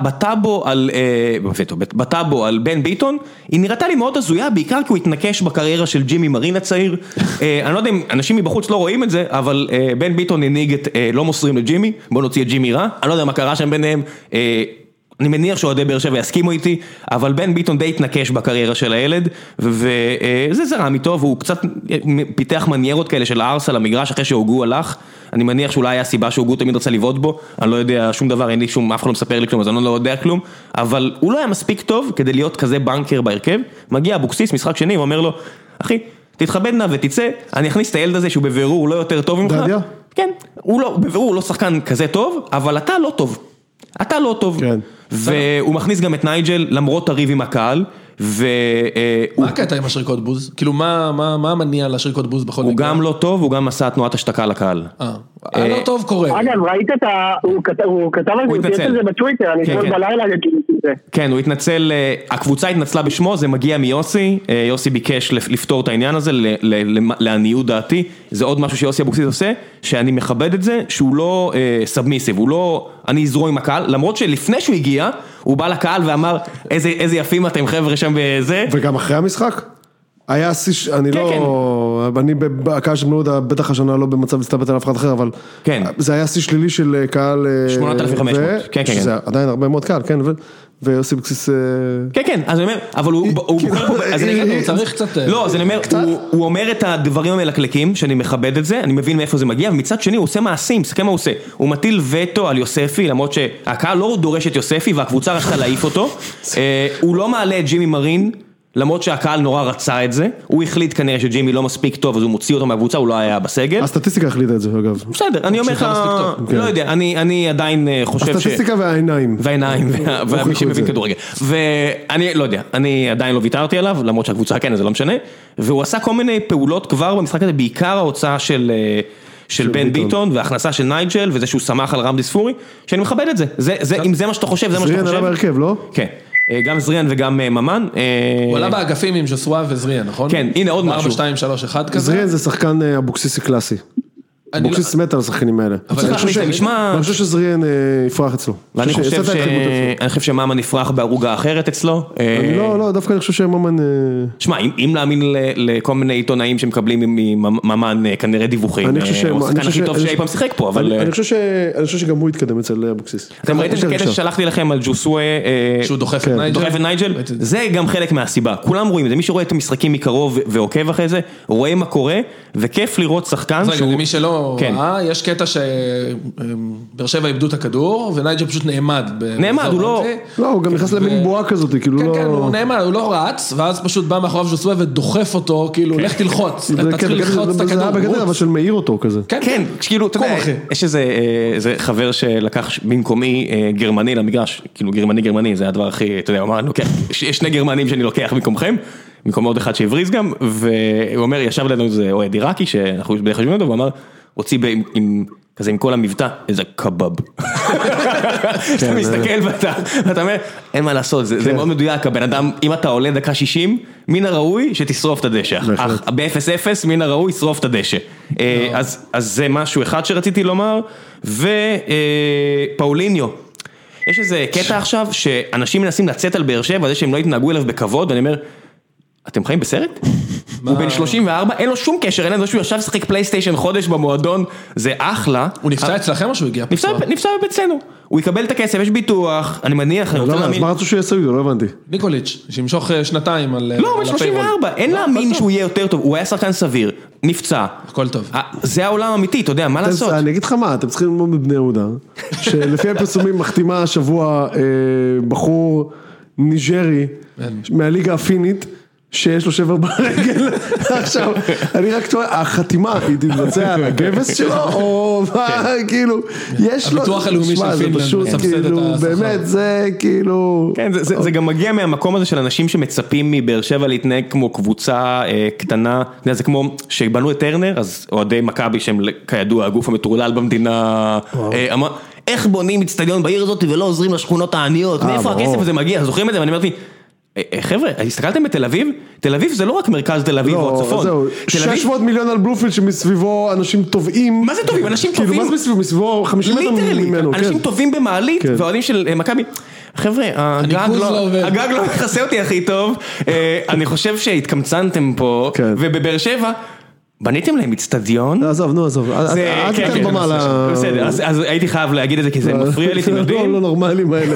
בטאבו על בן ביטון, היא נראתה לי מאוד הזויה, בעיקר כי הוא התנקש בקריירה של ג'ימי מרין הצעיר. אני לא יודע אם אנשים מבחוץ לא רואים את זה, אבל בן ביטון הנהיג את לא מוסרים לג'ימי, בוא נוציא את ג'ימי רע, אני לא יודע מה קרה שם ביניהם, אני מניח שאוהדי באר שבע יסכימו איתי, אבל בן ביטון די התנקש בקריירה של הילד, וזה זרם איתו, והוא קצת פיתח מניירות כאלה של הארס על המגרש אחרי שהוגו הלך, אני מניח שאולי היה סיבה שהוגו תמיד רצה לבעוט בו, אני לא יודע שום דבר, אין לי שום, אף אחד לא מספר לי כלום, אז אני לא יודע כלום, אבל הוא לא היה מספיק טוב כדי להיות כזה בנקר בהרכב, מגיע אבוקסיס, משחק שני, ואומר לו, אחי, תתכבד נא ותצא, אני אכניס את הילד הזה שהוא בבירור לא יותר טוב ממך. דדיה? כן, בבירור הוא לא שחקן כזה טוב, אבל אתה לא טוב. אתה לא טוב. כן. והוא מכניס גם את נייג'ל למרות הריב עם הקהל, מה הקטע עם השריקות בוז? כאילו מה המניע לשריקות בוז בכל מקרה? הוא גם לא טוב, הוא גם עשה תנועת השתקה לקהל. לא טוב קורה. אגב, ראית הוא כתב על זה, הוא תהיה את זה בטוויטר, אני אתמול בלילה את זה. כן, הוא התנצל, הקבוצה התנצלה בשמו, זה מגיע מיוסי, יוסי ביקש לפתור את העניין הזה, לעניות דעתי, זה עוד משהו שיוסי אבוקסיס עושה, שאני מכבד את זה, שהוא לא סאבמיסיב, הוא לא, אני אזרום עם הקהל, למרות שלפני שהוא הגיע, הוא בא לקהל ואמר, איזה יפים אתם חבר'ה שם בזה. וגם אחרי המשחק? היה אני לא, אני בקהל של מאוד, בטח השנה לא במצב להסתלבט על אף אחד אחר, אבל זה היה שיא שלילי של קהל 8,500, כן, כן. שזה עדיין הרבה מאוד קהל, כן, ויוסי בקסיס... כן, כן, אז אני אומר, אבל הוא בוחר פה, אז אני צריך קצת... לא, אז אני אומר, הוא אומר את הדברים המלקלקים, שאני מכבד את זה, אני מבין מאיפה זה מגיע, ומצד שני הוא עושה מעשים, סכם מה הוא עושה, הוא מטיל וטו על יוספי, למרות שהקהל לא דורש את יוספי, והקבוצה רצתה להעיף אותו, הוא לא מעלה את ג'ימי מרין, למרות שהקהל נורא רצה את זה, הוא החליט כנראה שג'ימי לא מספיק טוב, אז הוא מוציא אותו מהקבוצה, הוא לא היה בסגל. הסטטיסטיקה החליטה את זה, אגב. בסדר, אני אומר לך, לא יודע, אני עדיין חושב הסטטיסטיקה והעיניים. והעיניים, ומי שמבין כדורגל. ואני לא יודע, אני עדיין לא ויתרתי עליו, למרות שהקבוצה כן, זה לא משנה, והוא עשה כל מיני פעולות כבר במשחק הזה, בעיקר ההוצאה של בן ביטון, וההכנסה של נייג'ל, וזה שהוא שמח על רמדי ספורי, שאני מכבד את זה. אם זה מה שאתה חושב, זה מה שאתה חושב. זריאן עלה בהרכב, לא? כן. גם זריאן וגם ממן. הוא עלה באגפים עם ז'וסווה וזריאן, נכון? כן, הנה עוד משהו. 4, 2, 3, 1 כזה. זריאן זה שחקן אבוקסיסי קלאסי. אבוקסיס מת על השחקנים האלה. אני חושב שזריאן יפרח אצלו. ואני חושב שממן יפרח בהרוגה אחרת אצלו. לא, דווקא אני חושב שממן... שמע, אם להאמין לכל מיני עיתונאים שמקבלים מממן כנראה דיווחים, הוא שחקן הכי טוב שאי פעם שיחק פה, אבל... אני חושב שגם הוא יתקדם אצל אבוקסיס. אתם ראיתם את הקטע ששלחתי לכם על ג'וסווה... שהוא דוחף את נייג'ל? זה גם חלק מהסיבה. כולם רואים את זה, מי שרואה את המשחקים מקרוב ועוקב אחרי זה, רואה מה קורה, וכיף לראות שחקן שהוא... יש קטע שבאר שבע איבדו את הכדור, ונייג'ל פשוט נעמד. נעמד, הוא לא... לא, הוא גם נכנס למין בועה כזאת, כאילו לא... כן, כן, הוא נעמד, הוא לא רץ, ואז פשוט בא מאחוריו ז'וסווה ודוחף אותו, כאילו, לך תלחוץ, תתחיל ללחוץ את הכדור. זה היה בגדר, אבל של מאיר אותו כזה. כן, כאילו, אתה יודע, יש איזה חבר שלקח במקומי גרמני למגרש, כאילו גרמני, זה הדבר הכי, אתה יודע, הוא אמר, יש שני גרמנים שאני לוקח במקומכם, במקום עוד אחד שהבריז גם, והוא אומר, ישב לנו איזה אוהד עיראקי, שאנחנו בדרך כלל אותו, והוא אמר, רוצים כזה עם כל המבטא, איזה קבב. אתה מסתכל ואתה אומר, אין מה לעשות, זה מאוד מדויק, הבן אדם, אם אתה עולה דקה 60, מן הראוי שתשרוף את הדשא. ב-0-0, מן הראוי, שרוף את הדשא. אז זה משהו אחד שרציתי לומר, ופאוליניו, יש איזה קטע עכשיו, שאנשים מנסים לצאת על באר שבע, זה שהם לא התנהגו אליו בכבוד, ואני אומר, אתם חיים בסרט? הוא בן 34, אין לו שום קשר, אין לו שהוא ישב שחק פלייסטיישן חודש במועדון, זה אחלה. הוא נפצע אצלכם או שהוא הגיע פצוע? נפצע אצלנו. הוא יקבל את הכסף, יש ביטוח, אני מניח, אז מה רצו שהוא יעשה איתו? לא הבנתי. ניקוליץ', שימשוך שנתיים על... לא, הוא 34, אין להאמין שהוא יהיה יותר טוב, הוא היה שחקן סביר, נפצע. הכל טוב. זה העולם האמיתי, אתה יודע, מה לעשות? אני אגיד לך מה, אתם צריכים ללמוד בבני יהודה, שלפי הפרסומים מחתימה השבוע בחור ניג'רי מהליגה הפינית, שיש לו שבר ברגל. עכשיו, אני רק טועה, החתימה היא תתבצע על הגבס שלו, או מה, כאילו, יש לו... הביטוח הלאומי של פינלנד מסבסד את השכר. באמת, זה כאילו... כן, זה גם מגיע מהמקום הזה של אנשים שמצפים מבאר שבע להתנהג כמו קבוצה קטנה, זה כמו שבנו את טרנר, אז אוהדי מכבי שהם כידוע הגוף המטרולל במדינה, איך בונים אצטדיון בעיר הזאת ולא עוזרים לשכונות העניות, מאיפה הכסף הזה מגיע, זוכרים את זה, ואני אמרתי, חבר'ה, הסתכלתם בתל אביב? תל אביב זה לא רק מרכז תל אביב או הצפון. זהו, 600 מיליון על בלומפילד שמסביבו אנשים טובעים. מה זה טובים? אנשים טובים. כאילו, מה זה מסביבו? מסביבו 50 מטר ממנו. אנשים טובים במעלית, ואוהדים של מכבי. חבר'ה, הגג לא מכסה אותי הכי טוב. אני חושב שהתקמצנתם פה, ובבאר שבע, בניתם להם אצטדיון. עזוב. אל תיתן במה לה... בסדר, אז הייתי חייב להגיד את זה, כי זה מפריע לי, אתם יודעים. לא נורמלים האלה.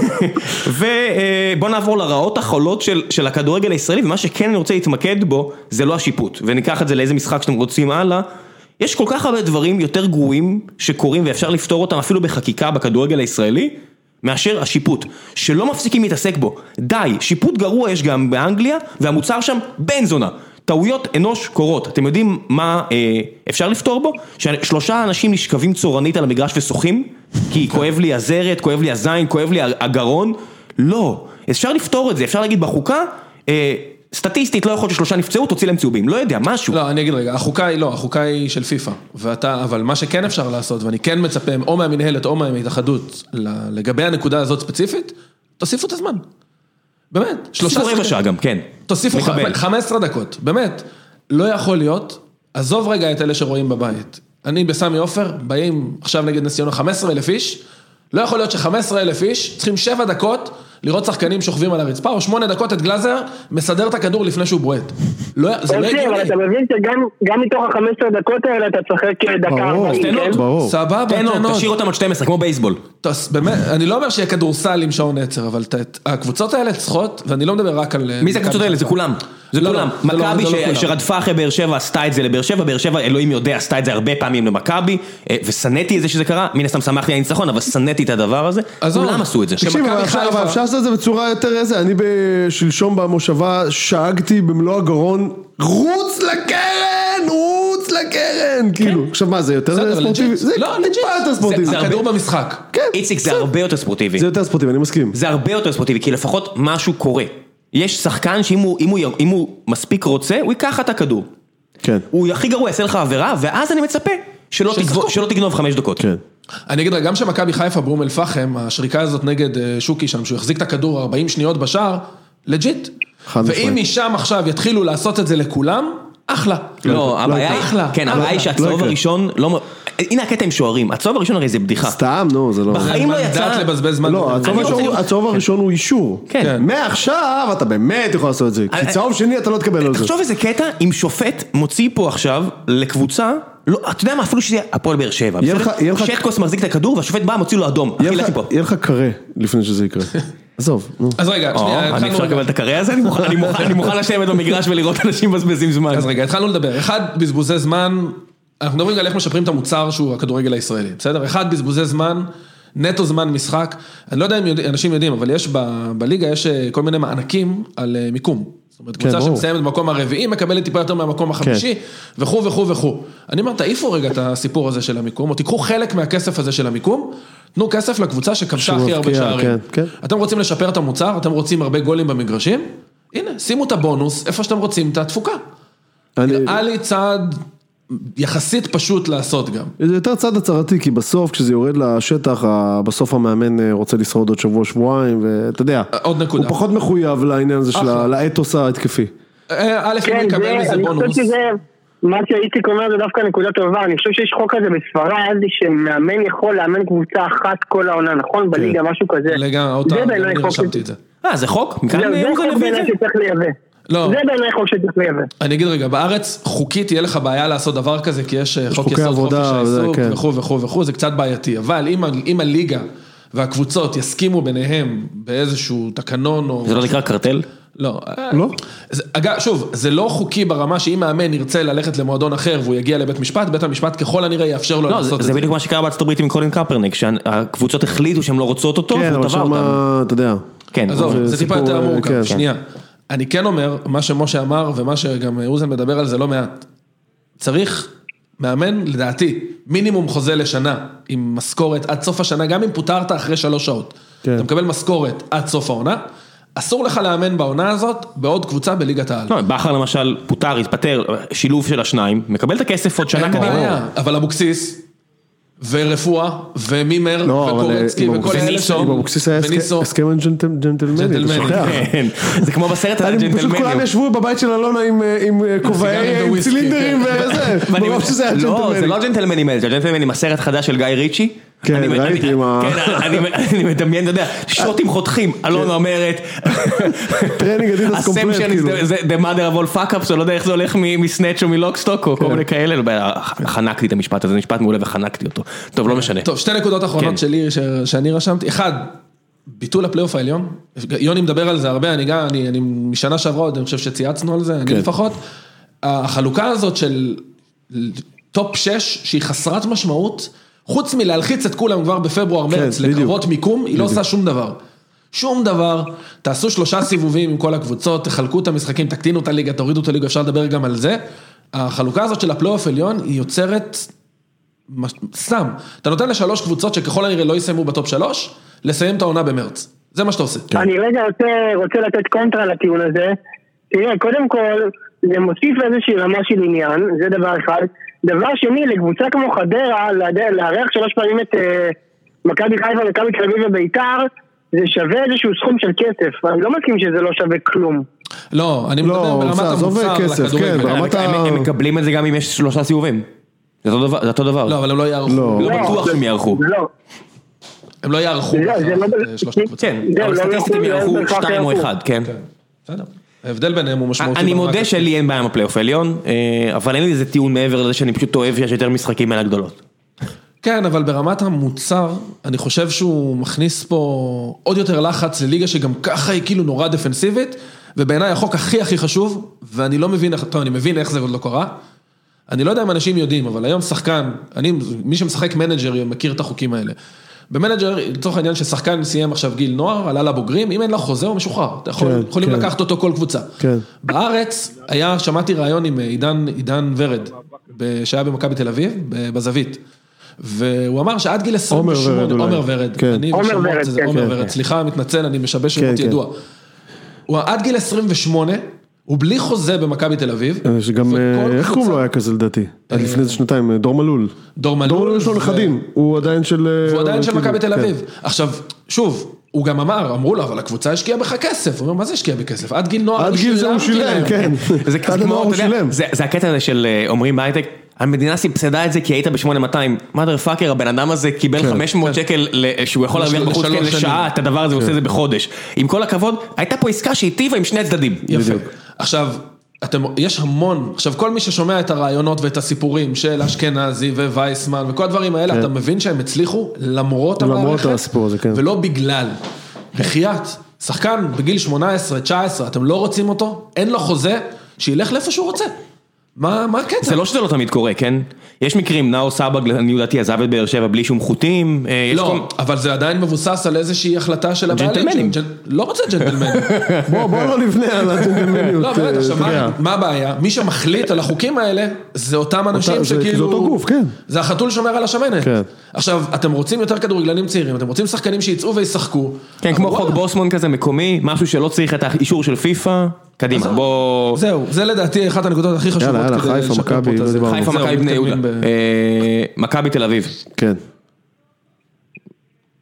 ובוא נעבור לרעות החולות של הכדורגל הישראלי, ומה שכן אני רוצה להתמקד בו, זה לא השיפוט. וניקח את זה לאיזה משחק שאתם רוצים הלאה. יש כל כך הרבה דברים יותר גרועים שקורים, ואפשר לפתור אותם אפילו בחקיקה בכדורגל הישראלי, מאשר השיפוט, שלא מפסיקים להתעסק בו. די, שיפוט גרוע יש גם באנגליה, והמוצר שם בן זונה. טעויות אנוש קורות, אתם יודעים מה אפשר לפתור בו? ששלושה אנשים נשכבים צורנית על המגרש ושוחים, כי כואב לי הזרת, כואב לי הזין, כואב לי הגרון, לא, אפשר לפתור את זה, אפשר להגיד בחוקה, סטטיסטית לא יכול ששלושה נפצעו, תוציא להם צהובים, לא יודע, משהו. לא, אני אגיד רגע, החוקה היא של פיפה, אבל מה שכן אפשר לעשות, ואני כן מצפה או מהמנהלת או מההתאחדות, לגבי הנקודה הזאת ספציפית, תוסיפו את הזמן. באמת, 3 רבע שעה גם, כן. תוסיפו 15 דקות, באמת, לא יכול להיות, עזוב רגע את אלה שרואים בבית, אני בסמי עופר, באים עכשיו נגד נס ציונה 15,000 איש, לא יכול להיות ש15,000 איש צריכים 7 דקות לראות שחקנים שוכבים על הרצפה, או 8 דקות את גלאזר מסדר את הכדור לפני שהוא בועט. זה לא הגיוני. אבל אתה מבין שגם מתוך ה-15 דקות האלה אתה צחק דקה 40. ברור. סבבה, תשאיר אותם עד 12, כמו בייסבול. באמת, אני לא אומר שיהיה כדורסל עם שעון עצר, אבל הקבוצות האלה צריכות, ואני לא מדבר רק על... מי זה הקבוצות האלה? זה כולם. זה כולם. מכבי שרדפה אחרי באר שבע עשתה את זה לבאר שבע, באר שבע אלוהים יודע עשתה את זה הרבה פעמים למכבי, וסנאתי את זה שזה קרה, מן הסתם שמחתי על הניצחון, אבל סנאתי את הדבר הזה, כולם עשו את זה. תקשיב, אבל אפשר לעשות את זה בצורה יותר איזה, אני בשלשום במושבה שאגתי במלוא הגרון, רוץ לקרן, כאילו, עכשיו מה זה יותר ספורטיבי? זה טיפה יותר ספורטיבי. זה הכדור במשחק. איציק, זה הרבה יותר ספורטיבי. זה יותר ספורטיבי, אני מסכים. זה הרבה יותר ספורטיבי, כי לפחות משהו קורה. יש שחקן שאם הוא מספיק רוצה, הוא ייקח את הכדור. כן. הוא הכי גרוע יעשה לך עבירה, ואז אני מצפה שלא תגנוב 5 דקות. כן. אני אגיד רגע, גם שמכבי חיפה באום אל פחם, השריקה הזאת נגד שוקי שם, שהוא יחזיק את הכדור 40 שניות בשער, לג'יט. ואם משם עכשיו יתחילו לעשות את זה לכולם, אחלה. לא, הבעיה היא שהצהוב הראשון, הנה הקטע עם שוערים, הצהוב הראשון הרי זה בדיחה. סתם, נו, זה לא... בחיים לא יצא... לא, הצהוב הראשון הוא אישור. כן. מעכשיו אתה באמת יכול לעשות את זה, כי צהוב שני אתה לא תקבל על זה. תחשוב איזה קטע, אם שופט מוציא פה עכשיו לקבוצה, אתה יודע מה, אפילו שזה הפועל באר שבע. שטקוס מחזיק את הכדור והשופט בא, מוציא לו אדום. יהיה לך קרה לפני שזה יקרה. עזוב, נו. אז רגע, שנייה, אני אפשר לקבל את הקרה הזה? אני מוכן לשבת במגרש ולראות אנשים מבזבזים זמן. אז רגע, התחלנו לדבר. אחד, בזבוזי זמן, אנחנו מדברים על איך משפרים את המוצר שהוא הכדורגל הישראלי, בסדר? אחד, בזבוזי זמן, נטו זמן משחק. אני לא יודע אם אנשים יודעים, אבל יש בליגה, יש כל מיני מענקים על מיקום. זאת אומרת, קבוצה שמסיימת במקום הרביעי, מקבלת טיפה יותר מהמקום החמישי, וכו' וכו' וכו'. אני אומר, תעיפו רגע את הסיפור הזה של המיקום, או תיקחו חלק מהכסף הזה של המיקום, תנו כסף לקבוצה שכבשה הכי הרבה שערים. אתם רוצים לשפר את המוצר, אתם רוצים הרבה גולים במגרשים, הנה, שימו את הבונוס, איפה שאתם רוצים את התפוקה. נראה לי צעד יחסית פשוט לעשות גם. זה יותר צעד הצהרתי, כי בסוף כשזה יורד לשטח, בסוף המאמן רוצה לשרוד עוד שבוע-שבועיים, ואתה יודע, עוד נקודה. הוא פחות מחויב לעניין הזה של האתוס ההתקפי. א', אם הוא יקבל מזה בונוס. מה שאיציק אומר זה דווקא נקודה טובה, אני חושב שיש חוק כזה בספרד שמאמן יכול לאמן קבוצה אחת כל העונה, נכון? בליגה, משהו כזה. לגמרי, אני רשמתי את זה. זה חוק? זה חוק בעיניי שצריך לייבא. לא. זה בעיניי חוק שצריך לייבא. אני אגיד רגע, בארץ חוקית תהיה לך בעיה לעשות דבר כזה, כי יש חוק יסוד חופש העיסוק וכו', זה קצת בעייתי, אבל אם הליגה והקבוצות יסכימו ביניהם באיזשהו תקנון או... זה לא נקרא קרטל? לא. אגב, שוב, זה לא חוקי ברמה שאם מאמן ירצה ללכת למועדון אחר והוא יגיע לבית משפט, בית המשפט ככל הנראה יאפשר לו לעשות את זה. זה בדיוק מה שקרה בארצות הברית עם קולין קפרניק, שהקבוצות החליטו שהן לא רוצות אותו, כן, אבל שמה, אתה יודע. כן. זה טיפה יותר מורכב, שנייה. אני כן אומר, מה שמשה אמר ומה שגם אוזן מדבר על זה לא מעט. צריך מאמן, לדעתי, מינימום חוזה לשנה, עם משכורת עד סוף השנה, גם אם פוטרת אחרי 3 שעות. אתה מקבל משכורת עד סוף העונה, אסור לך לאמן בעונה הזאת בעוד קבוצה בליגת העל. לא, בכר למשל פוטר, התפטר, שילוב של השניים, מקבל את הכסף עוד שנה קדימה. אבל אבוקסיס ורפואה ומימר וקורצקי וכל אלה שם. עם אבוקסיס היה הסכם ג'נטלמני, אתה שוכח. זה כמו בסרט הג'נטלמני. פשוט כולם ישבו בבית של אלונה עם כובעי, עם צילינדרים וזה. לא, זה לא ג'נטלמני, זה ג'נטלמני עם הסרט חדש של גיא ריצ'י. כן, ראיתי עם ה... אני מדמיין, אתה יודע, שוטים חותכים, אלונה אומרת, טרנינג אדידס קומפלט, כאילו. זה the mother of all fuck ups, אני לא יודע איך זה הולך מסנאץ' או מלוקסטוק, או כל מיני כאלה, חנקתי את המשפט הזה, משפט מעולה וחנקתי אותו. טוב, לא משנה. טוב, 2 נקודות אחרונות שלי, שאני רשמתי. 1, ביטול הפלייאוף העליון. יוני מדבר על זה הרבה, אני משנה שעברה עוד, אני חושב שצייצנו על זה, אני לפחות. החלוקה הזאת של טופ 6, שהיא חסרת משמעות, חוץ מלהלחיץ את כולם כבר בפברואר מרץ לקרבות מיקום, היא לא עושה שום דבר. שום דבר, תעשו 3 סיבובים עם כל הקבוצות, תחלקו את המשחקים, תקטינו את הליגה, תורידו את הליגה, אפשר לדבר גם על זה. החלוקה הזאת של הפלייאוף עליון היא יוצרת סתם. אתה נותן ל3 קבוצות שככל הנראה לא יסיימו בטופ 3, לסיים את העונה במרץ. זה מה שאתה עושה. אני רגע רוצה לתת קונטרה לטיעון הזה. תראה, קודם כל, זה מוסיף איזושהי רמה של עניין, זה דבר אחד. דבר שני, לקבוצה כמו חדרה, לארח 3 פעמים את מכבי חיפה, מכבי תל אביב וביתר, זה שווה איזשהו סכום של כסף. אני לא מסכים שזה לא שווה כלום. לא, אני מדבר ברמת המוצר לכדורגל. הם מקבלים את זה גם אם יש 3 סיבובים. זה אותו דבר. לא, אבל הם לא יערכו. לא בטוח שהם יערכו. הם לא יערכו. כן, אבל סטטיסטית הם יערכו 2 או 1, כן. בסדר. ההבדל ביניהם הוא משמעותי. אני מודה שלי אין בעיה עם הפלייאוף העליון, אבל אין לי איזה טיעון מעבר לזה שאני פשוט אוהב שיש יותר משחקים מן הגדולות. כן, אבל ברמת המוצר, אני חושב שהוא מכניס פה עוד יותר לחץ לליגה שגם ככה היא כאילו נורא דפנסיבית, ובעיניי החוק הכי חשוב, ואני לא מבין, טוב, אני מבין איך זה עוד לא קרה, אני לא יודע אם אנשים יודעים, אבל היום שחקן, מי שמשחק מנג'ר מכיר את החוקים האלה. במנג'ר, לצורך העניין ששחקן סיים עכשיו גיל נוער, עלה לבוגרים, אם אין לו חוזה הוא משוחרר, יכולים לקחת אותו כל קבוצה. בארץ, שמעתי רעיון עם עידן ורד, שהיה במכבי תל אביב, בזווית, והוא אמר שעד גיל 28, עומר ורד, עומר ורד, סליחה, מתנצל, אני משבש שמות ידוע. הוא עד גיל 28, הוא בלי חוזה במכבי תל אביב. שגם, איך קוראים לו היה כזה לדעתי? עד לפני זה 2, דור מלול. דור מלול יש לו נכדים, הוא עדיין של... הוא עדיין של מכבי תל אביב. עכשיו, שוב, הוא גם אמרו לו, אבל הקבוצה השקיעה בך כסף. הוא אומר, מה זה השקיע בכסף? עד גיל נוער, עד גיל זה הוא שילם, כן. זה הקטע הזה של אומרים בהייטק, המדינה סבסדה את זה כי היית ב-8200, מאדר פאקר, הבן אדם הזה קיבל 500 שקל שהוא יכול להרוויח בחוץ לשעה, את הדבר הזה הוא עושה את זה בחודש. עם כל הכבוד, הייתה פה עסקה שהיטיבה עם 2 צדדים. יפה. עכשיו, יש המון, עכשיו כל מי ששומע את הרעיונות ואת הסיפורים של אשכנזי ווייסמן וכל הדברים האלה, אתה מבין שהם הצליחו למרות המערכת, ולא בגלל. בחייאת, שחקן בגיל 18, 19, אתם לא רוצים אותו, אין לו חוזה, שילך לאיפה שהוא רוצה. מה הקטע? זה לא שזה לא תמיד קורה, כן? יש מקרים, נאור סבג, אני יודעתי, עזב את באר שבע בלי שום חוטים. לא, אבל זה עדיין מבוסס על איזושהי החלטה של הבעלים. ג'נטלמנים. לא רוצה ג'נטלמנים. בוא לא נבנה על הג'נטלמניות. לא, באמת, עכשיו, מה הבעיה? מי שמחליט על החוקים האלה, זה אותם אנשים שכאילו... זה אותו גוף, כן. זה החתול שומר על השמנת. עכשיו, אתם רוצים יותר כדורגלנים צעירים, אתם רוצים שחקנים שיצאו וישחקו. כן, כמו חוק בוסמון כזה מקומי, משהו שלא צריך את האישור של פיפא. קדימה, בוא... זהו, זה לדעתי אחת הנקודות הכי חשובות. יאללה, חיפה, מכבי, חיפה, מכבי בני יהודה. מכבי תל אביב. כן.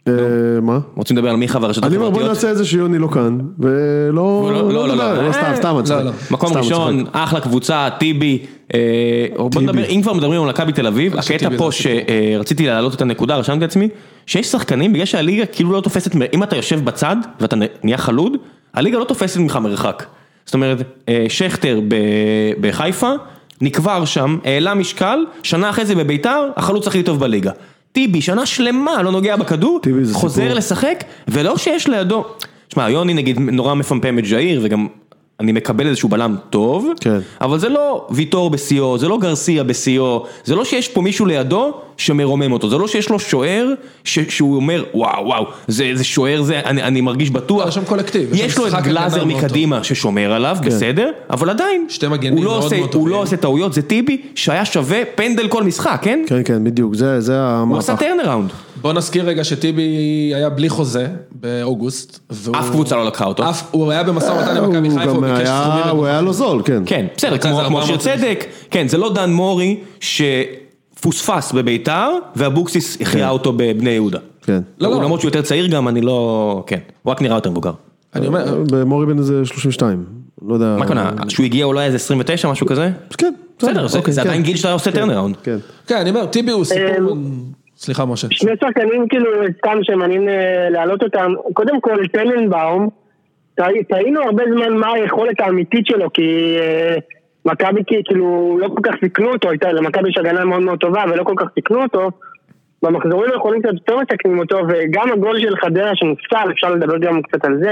מה? רוצים לדבר על מיכה והרשתות אני אומר החברתיות? בוא נעשה איזה שיוני לא כאן, ולא... לא, סתם מצחיק. מקום ראשון, אחלה קבוצה, טיבי, בוא נדבר, אם כבר מדברים על מכבי תל אביב, הקטע פה שרציתי להעלות את הנקודה, רשמתי לעצמי, שיש שחקנים, בגלל שהליגה כאילו לא תופסת, אם אתה יושב בצד ואתה נהיה חלוד, הליגה לא תופסת ממך מרחק. זאת אומרת, שכטר בחיפה, נקבר שם, העלה משקל, שנה אחרי זה בביתר, החלוץ הכי טוב בליגה. טיבי, שנה שלמה לא נוגע בכדור, חוזר לשחק, ולא שיש לידו, תשמע, יוני נגיד נורא מפמפם את ז'איר, וגם אני מקבל איזשהו בלם טוב, כן. אבל זה לא ויטור בסיו, זה לא גרסיה בסיו, זה לא שיש פה מישהו לידו שמרומם אותו, זה לא שיש לו שוער שהוא אומר וואו, זה שוער, אני מרגיש בטוח, יש שם קולקטיב, יש לו את גלאזר מקדימה ששומר עליו, בסדר, אבל עדיין, הוא לא עושה טעויות, זה טיבי שהיה שווה פנדל כל משחק, כן? כן, בדיוק, זה המהפך. הוא עשה טרנראונד. בוא נזכיר רגע שטיבי היה בלי חוזה באוגוסט. אף קבוצה לא לקחה אותו. הוא היה במשא ומתן עם מכבי חיפה, הוא היה לו זול, כן. כן, בסדר, כמו שיר צדק, כן, זה לא דן מורי שפוספס בביתר, והבוקסיס הכריע אותו בבני יהודה. כן. הוא למרות שהוא יותר צעיר גם, אני לא, כן, הוא רק נראה יותר מבוגר. אני אומר, במורי בן איזה 32, לא יודע. מה קונה, שהוא הגיע אולי איזה 29, משהו כזה? כן. בסדר, זה עדיין גיל שאתה עושה טרנראונד. כן, אני אומר, טיבי הוא סיפור, סליחה משה. שני שחקנים כאילו סתם שמעניין להעלות אותם, קודם כל טננבאום, טעינו הרבה זמן מה היכולת האמיתית שלו, כי מכבי כאילו לא כל כך סיכנו אותו, למכבי יש הגנה מאוד מאוד טובה ולא כל כך סיכנו אותו, במחזורים האחרונים קצת יותר מתקנים אותו, וגם הגול של חדרה שנפסל, אפשר לדבר גם קצת על זה,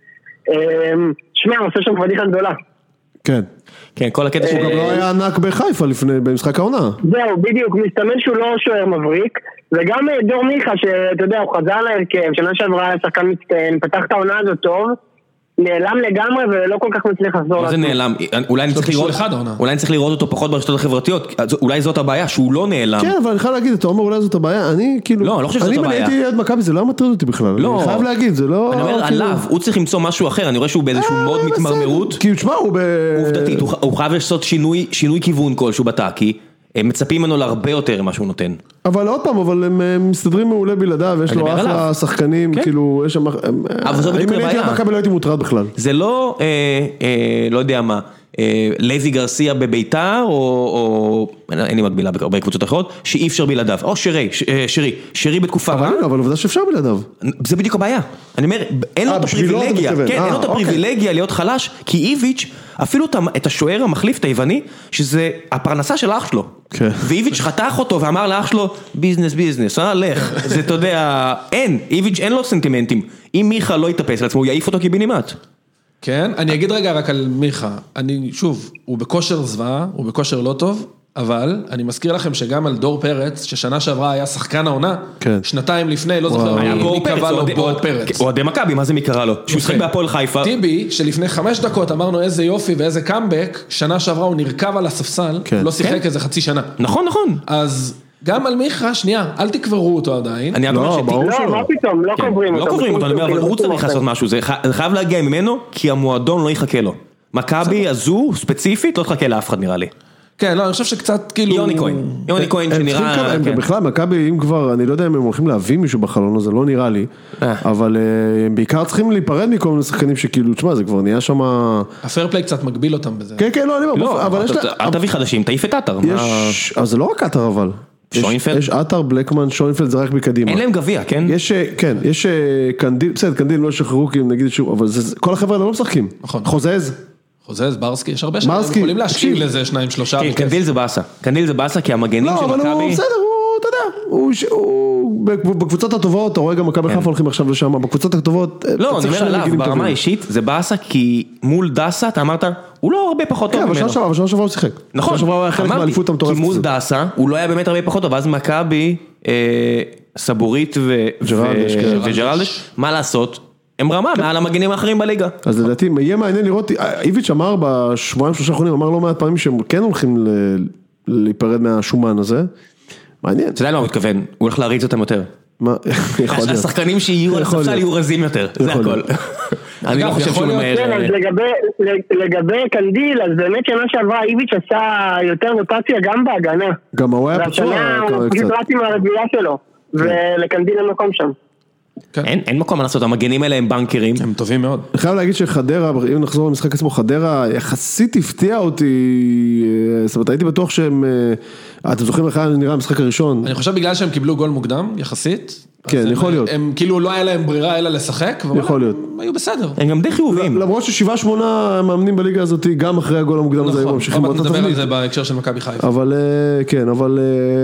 שמע, עושה שם פדיחה גדולה. כן. כן, כל הקטע שהוא גם לא היה ענק בחיפה לפני, במשחק העונה. זהו, בדיוק, מסתמן שהוא לא שוער מבריק, וגם דור מיכה, שאתה יודע, הוא חזר להרכב, שנה שעברה היה שחקן מצטיין, פתח את העונה הזאת טוב, נעלם לגמרי ולא כל כך מצליח לחזור. מה זה נעלם? אולי אני צריך לראות אותו פחות ברשתות החברתיות, אולי זאת הבעיה, שהוא לא נעלם. כן, אבל אני חייב להגיד, אתה אומר אולי זאת הבעיה, אני כאילו... לא, אני לא חושב שזאת הבעיה. אני הייתי מכבי, זה לא מטריד אותי בכלל. אני חייב להגיד, זה לא... אני אומר עליו, הוא צריך למצוא משהו אחר, אני רואה שהוא באיזשהו מוד מתמרמרות. כי תשמע, הוא עובדתית, הוא חייב לעשות שינוי כיוון כלשהו בטאקי, הם מצפים ממנו להרבה יותר ממה שהוא נותן. אבל עוד פעם, אבל הם מסתדרים מעולה בלעדיו, יש לו אחלה שחקנים, כאילו, יש שם... אבל זו בדיוק הבעיה. אם הייתי מכבי לא הייתי מוטרד בכלל. זה לא, לא יודע מה, לוי גרסיה בביתר, או אין לי מקבילה בהרבה קבוצות אחרות, שאי אפשר בלעדיו, או שרי בתקופה רעה. אבל עובדה שאפשר בלעדיו. זה בדיוק הבעיה. אני אומר, אין לו את הפריבילגיה, כן, אין לו את הפריבילגיה להיות חלש, כי איביץ' אפילו את השוער המחליף, את היווני, שזה הפרנסה של אח שלו. ואיביץ' חתך אותו ואמר לאח שלו, ביזנס, לך. זה, אתה יודע, איביץ' אין לו סנטימנטים. אם מיכה לא יתאפס על עצמו, הוא יעיף אותו קיבינימט. כן, אני אגיד רגע רק על מיכה. שוב, הוא בכושר זוועה, הוא בכושר לא טוב, אבל אני מזכיר לכם שגם על דור פרץ, ששנה שעברה היה שחקן העונה, שנתיים לפני, לא זוכר, מי קבע לו בור פרץ. הוא עדי מכבי, מה זה מי קרא לו? שהוא שחק בהפועל חיפה. טיבי, שלפני 5 דקות אמרנו איזה יופי ואיזה קאמבק, שנה שעברה הוא נרכב על הספסל, לא שיחק איזה חצי שנה. נכון. אז גם על מיכה, שנייה, אל תקברו אותו עדיין. לא, מה פתאום, לא קוברים אותו. לא קוברים אותו, אני אומר, אבל הוא צריך לעשות משהו, זה חייב להגיע ממנו, כי המועדון לא יחכה לו. מכבי הזו, ספציפית, לא תחכה לאף אחד נראה לי. כן, לא, אני חושב שקצת כאילו... יוני כהן שנראה... בכלל, מכבי, אם כבר, אני לא יודע אם הם הולכים להביא מישהו בחלון הזה, לא נראה לי, אבל הם בעיקר צריכים להיפרד מכל מיני שחקנים שכאילו, תשמע, זה כבר נהיה שם... הפרפליי קצת מגביל אותם בזה. כן, לא, אני אומר, אבל יש לה... אל תביא חדשים, תעיף את עטר. אז זה לא רק עטר, אבל. שוינפלד? יש עטר, בלקמן, שוינפלד, זה רק בקדימה. אין להם גביע, כן? כן, יש קנדיל, בסדר, קנדיל לא ישחררו, כי נגיד שוב, אבל כל החבר'ה לא משחקים. נכון. חוזז, ברסקי, יש הרבה שהם יכולים להשקיע לזה 2-3. כן, קנדיל זה באסה, כי המגנים של מכבי... לא, אבל הוא בסדר, אתה יודע, בקבוצות הטובות, אתה רואה גם מכבי חיפה הולכים עכשיו לשם, בקבוצות הטובות... לא, אני אומר עליו, ברמה האישית, זה באסה, כי מול דסה, אתה אמרת, הוא לא הרבה פחות טוב ממנו. כן, אבל שנה שעברה הוא שיחק. נכון, אמרתי, כי מול דסה, הוא לא היה באמת הרבה פחות טוב, ואז מכבי, סבורית וג'רלדש, מה לעשות? הם רמה מעל המגנים האחרים בליגה. אז לדעתי, יהיה מעניין לראות, איביץ' אמר בשבועיים 3 האחרונים, אמר לא מעט פעמים שהם כן הולכים להיפרד מהשומן הזה. מעניין. אתה יודע לא מתכוון, הוא הולך להריץ אותם יותר. מה? יכול להיות. השחקנים שיהיו על הספסל יהיו רזים יותר, זה הכל. אני לא חושב שהוא ממהר. כן, אז לגבי קנדיל, אז באמת שנה שעברה איביץ' עשה יותר רוטציה גם בהגנה. גם הוא היה פצוע והשנה הוא פשוט רץ עם הרביעייה שלו, ולקנדיל אין מקום שם. אין מקום מה לעשות, המגנים האלה הם בנקרים. הם טובים מאוד. אני חייב להגיד שחדרה, אם נחזור למשחק עצמו, חדרה יחסית הפתיע אותי, זאת אומרת, הייתי בטוח שהם, אתם זוכרים איך נראה המשחק הראשון? אני חושב בגלל שהם קיבלו גול מוקדם, יחסית. כן, יכול להיות. הם כאילו לא היה להם ברירה אלא לשחק, יכול להיות. הם היו בסדר. הם גם די חיוביים. למרות ש7-8 מאמנים בליגה הזאת, גם אחרי הגול המוקדם הזה, הם ממשיכים באותה נדבר על תבנית. זה בהקשר של מכבי חיפה. אבל, כן, אבל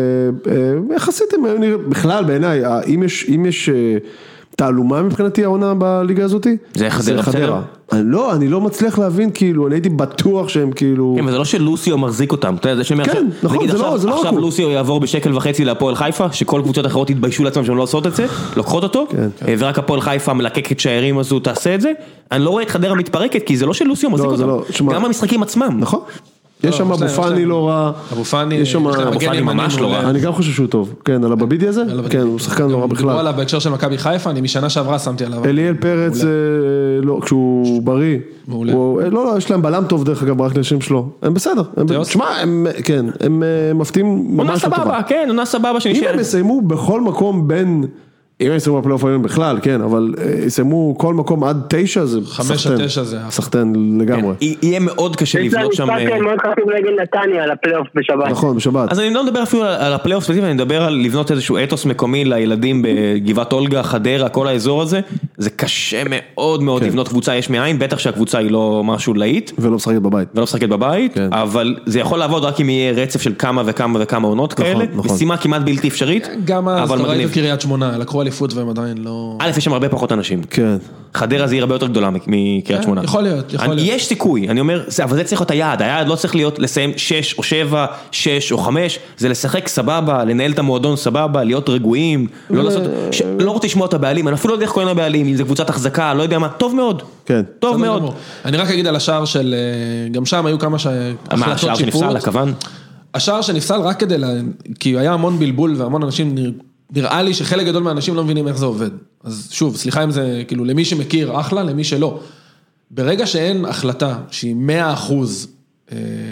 יחסית הם היו נראים, בכלל בעיניי, אם יש תעלומה מבחינתי העונה בליגה הזאת, זה חדרה. אני לא מצליח להבין, כאילו, אני הייתי בטוח שהם כאילו... כן, וזה לא שלוסיו מחזיק אותם, אתה יודע, כן, נכון, זה לא עכשיו לוסיו יעבור ב1.5 להפועל חיפה, שכל קבוצות אחרות יתביישו לעצמם שהן לא עושות את זה, לוקחות אותו, ורק הפועל חיפה מלקקת שערים הזו תעשה את זה, אני לא רואה את חדרה מתפרקת, כי זה לא שלוסיו מחזיק אותם, גם המשחקים עצמם. נכון. יש שם אבו פאני לא רע, אבו פאני, יש שם אבו פאני ממש לא רע. אני גם חושב שהוא טוב, כן, על הבבידי הזה, כן, הוא שחקן לא רע בכלל. דיברו עליו בהקשר של מכבי חיפה, אני משנה שעברה שמתי עליו. אליאל פרץ, כשהוא בריא, לא, יש להם בלם טוב דרך אגב, רק לשם שלו, הם בסדר, תשמע, הם מפתיעים ממש לא טובה. עונה סבבה, כן, עונה סבבה שנשארת. אם הם יסיימו בכל מקום בין... אם הם יסיימו בפלייאוף היום בכלל, כן, אבל יסיימו כל מקום עד 9, זה 5-9 זה. סחטן לגמרי. יהיה מאוד קשה לבנות שם... יש להם משחק מאוד חשוב נגד נתניה על הפלייאוף בשבת. נכון, בשבת. אז אני לא מדבר אפילו על הפלייאוף ספציפי, אני מדבר על לבנות איזשהו אתוס מקומי לילדים בגבעת אולגה, חדרה, כל האזור הזה. זה קשה מאוד מאוד לבנות קבוצה יש מאין, בטח שהקבוצה היא לא משהו להיט. ולא משחקת בבית. אבל זה יכול לעבוד רק אם יהיה רצף של כמה וכמה וכמה עונות כאלה. משימה כמעט בלתי אפשרית. גם אז ראית קריית שמונה, לקחו אליפות והם עדיין לא... א', יש שם הרבה פחות אנשים. כן. חדרה זה עיר הרבה יותר גדולה מקריית שמונה. יכול להיות. יש סיכוי, אני אומר, אבל זה צריך להיות היעד לא צריך להיות לסיים 6 או 7, 6 או 5, זה לשחק סבבה, לנהל את המועדון סבבה, להיות רגועים, לא רוצה לשמוע את הבעלים, אני אפילו לא יודע איך קוראים הבעלים, אם זה קבוצת החזקה, לא יודע מה, טוב מאוד. כן. טוב מאוד. אני רק אגיד על השער של, גם שם היו כמה החלטות שיפוט. השער שנפסל, הכוון? השער שנפסל רק כדי, כי היה המון בלבול והמון אנשים, נראה לי שחלק גדול מהאנשים לא מבינים איך זה עובד. אז שוב, סליחה אם זה, כאילו, למי שמכיר אחלה, למי שלא. ברגע שאין החלטה שהיא 100%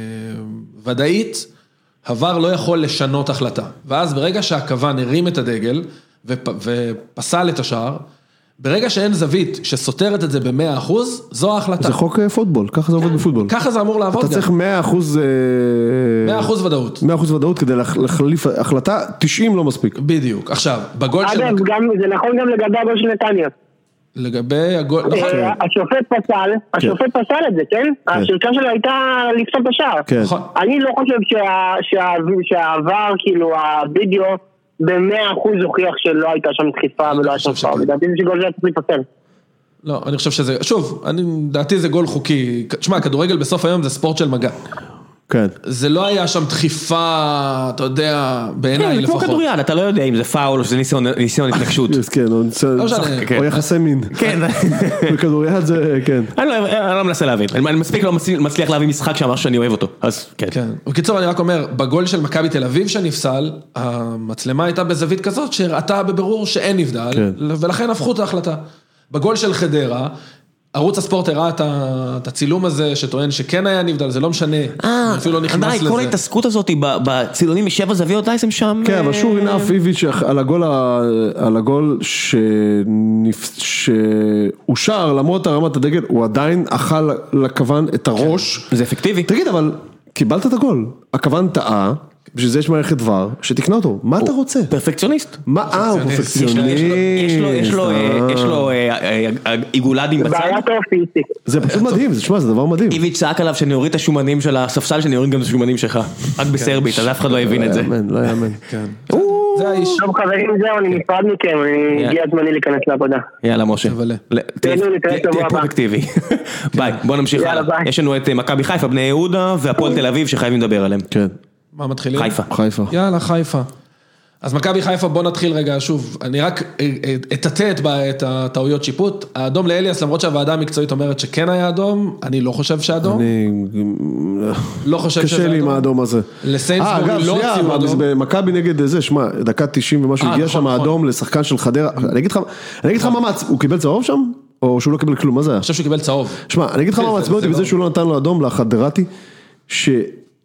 ודאית, הוואר לא יכול לשנות החלטה. ואז ברגע שהכוון הרים את הדגל ופסל את השער, ברגע שאין זווית שסותרת את זה ב100%, זו ההחלטה. זה חוק פוטבול, ככה זה עובד בפוטבול. ככה זה אמור לעבוד. אתה צריך 100% ודאות. 100% ודאות כדי להחליף החלטה, 90 לא מספיק. בדיוק. עכשיו, בגול של... אגב, זה נכון גם לגבי הגול של נתניה. לגבי הגול... השופט פסל את זה, כן? השריקה שלו הייתה לפסול את השער. אני לא חושב שהעבר, כאילו, הווידאו, ב100% הוכיח שלא הייתה שם דחיפה ולא הייתה שם פעם. לדעתי זה שגול זה צריך להיפסל. לא, אני חושב שזה... שוב, לדעתי זה גול חוקי. תשמע, כדורגל בסוף היום זה ספורט של מגע. כן. זה לא היה שם דחיפה, אתה יודע, בעיניי לפחות. כמו כדוריד, אתה לא יודע אם זה פאול או שזה ניסיון התנגשות. כן, או יחסי מין. כן. בכדוריד זה, כן. אני לא מנסה להבין. אני מספיק לא מצליח להביא משחק שאמר שאני אוהב אותו. אז כן. כן. בקיצור, אני רק אומר, בגול של מכבי תל אביב שנפסל, המצלמה הייתה בזווית כזאת שהראתה בבירור שאין נבדל, ולכן הפכו את ההחלטה. בגול של חדרה, ערוץ הספורט הראה את הצילום הזה שטוען שכן היה נבדל, זה לא משנה, אפילו לא נכנס לזה. כל ההתעסקות הזאת בצילומים משבע זוויות, דייסם שם... כן, אבל שוב הנה איביץ' על הגול שאושר למרות הרמת הדגל, הוא עדיין אכל לכוון את הראש. זה אפקטיבי. תגיד, אבל קיבלת את הגול, הכוון טעה, בשביל זה יש מערכת דבר, שתקנה אותו, מה אתה רוצה? פרפקציוניסט. מה? הוא פרפקציוניסט. יש לו עיגולדים בצד. זה פשוט מדהים, זה דבר מדהים. איביץ' צעק עליו שאני אוריד את השומנים של הספסל, שאני אוריד גם את השומנים שלך. רק בסרבית, אז אף אחד לא הבין את זה. לא יאמן. זה האיש. טוב חברים, זהו, אני נפרד מכם, הגיע הזמני להיכנס לעבודה. יאללה משה. תהיה פרודקטיבי. ביי, בוא נמשיך הלאה. יש לנו את מכבי חיפה, בני יהודה והפועל תל אביב שחייבים לדבר עליהם. כן. מה מתחילים? חיפה. יאללה, חיפה. אז מכבי חיפה, בוא נתחיל רגע שוב. אני רק אתתה את הטעויות שיפוט. האדום לאליאס, למרות שהוועדה המקצועית אומרת שכן היה אדום, אני לא חושב שאדום. לא חושב שזה אדום. קשה לי עם האדום הזה. לסיינסבורג לא הציעו אדום. במכבי נגד זה, שמה, דקה 90 ומשהו, הגיע שם האדום לשחקן של חדרה. אני אגיד לך מה, הוא קיבל צהוב שם? או שהוא לא קיבל כלום, מה זה היה? אני חושב שהוא קיבל צהוב. שמע, אני אגיד לך מה מעצבן אותי בזה שהוא לא נתן לו אדום לחדרתי,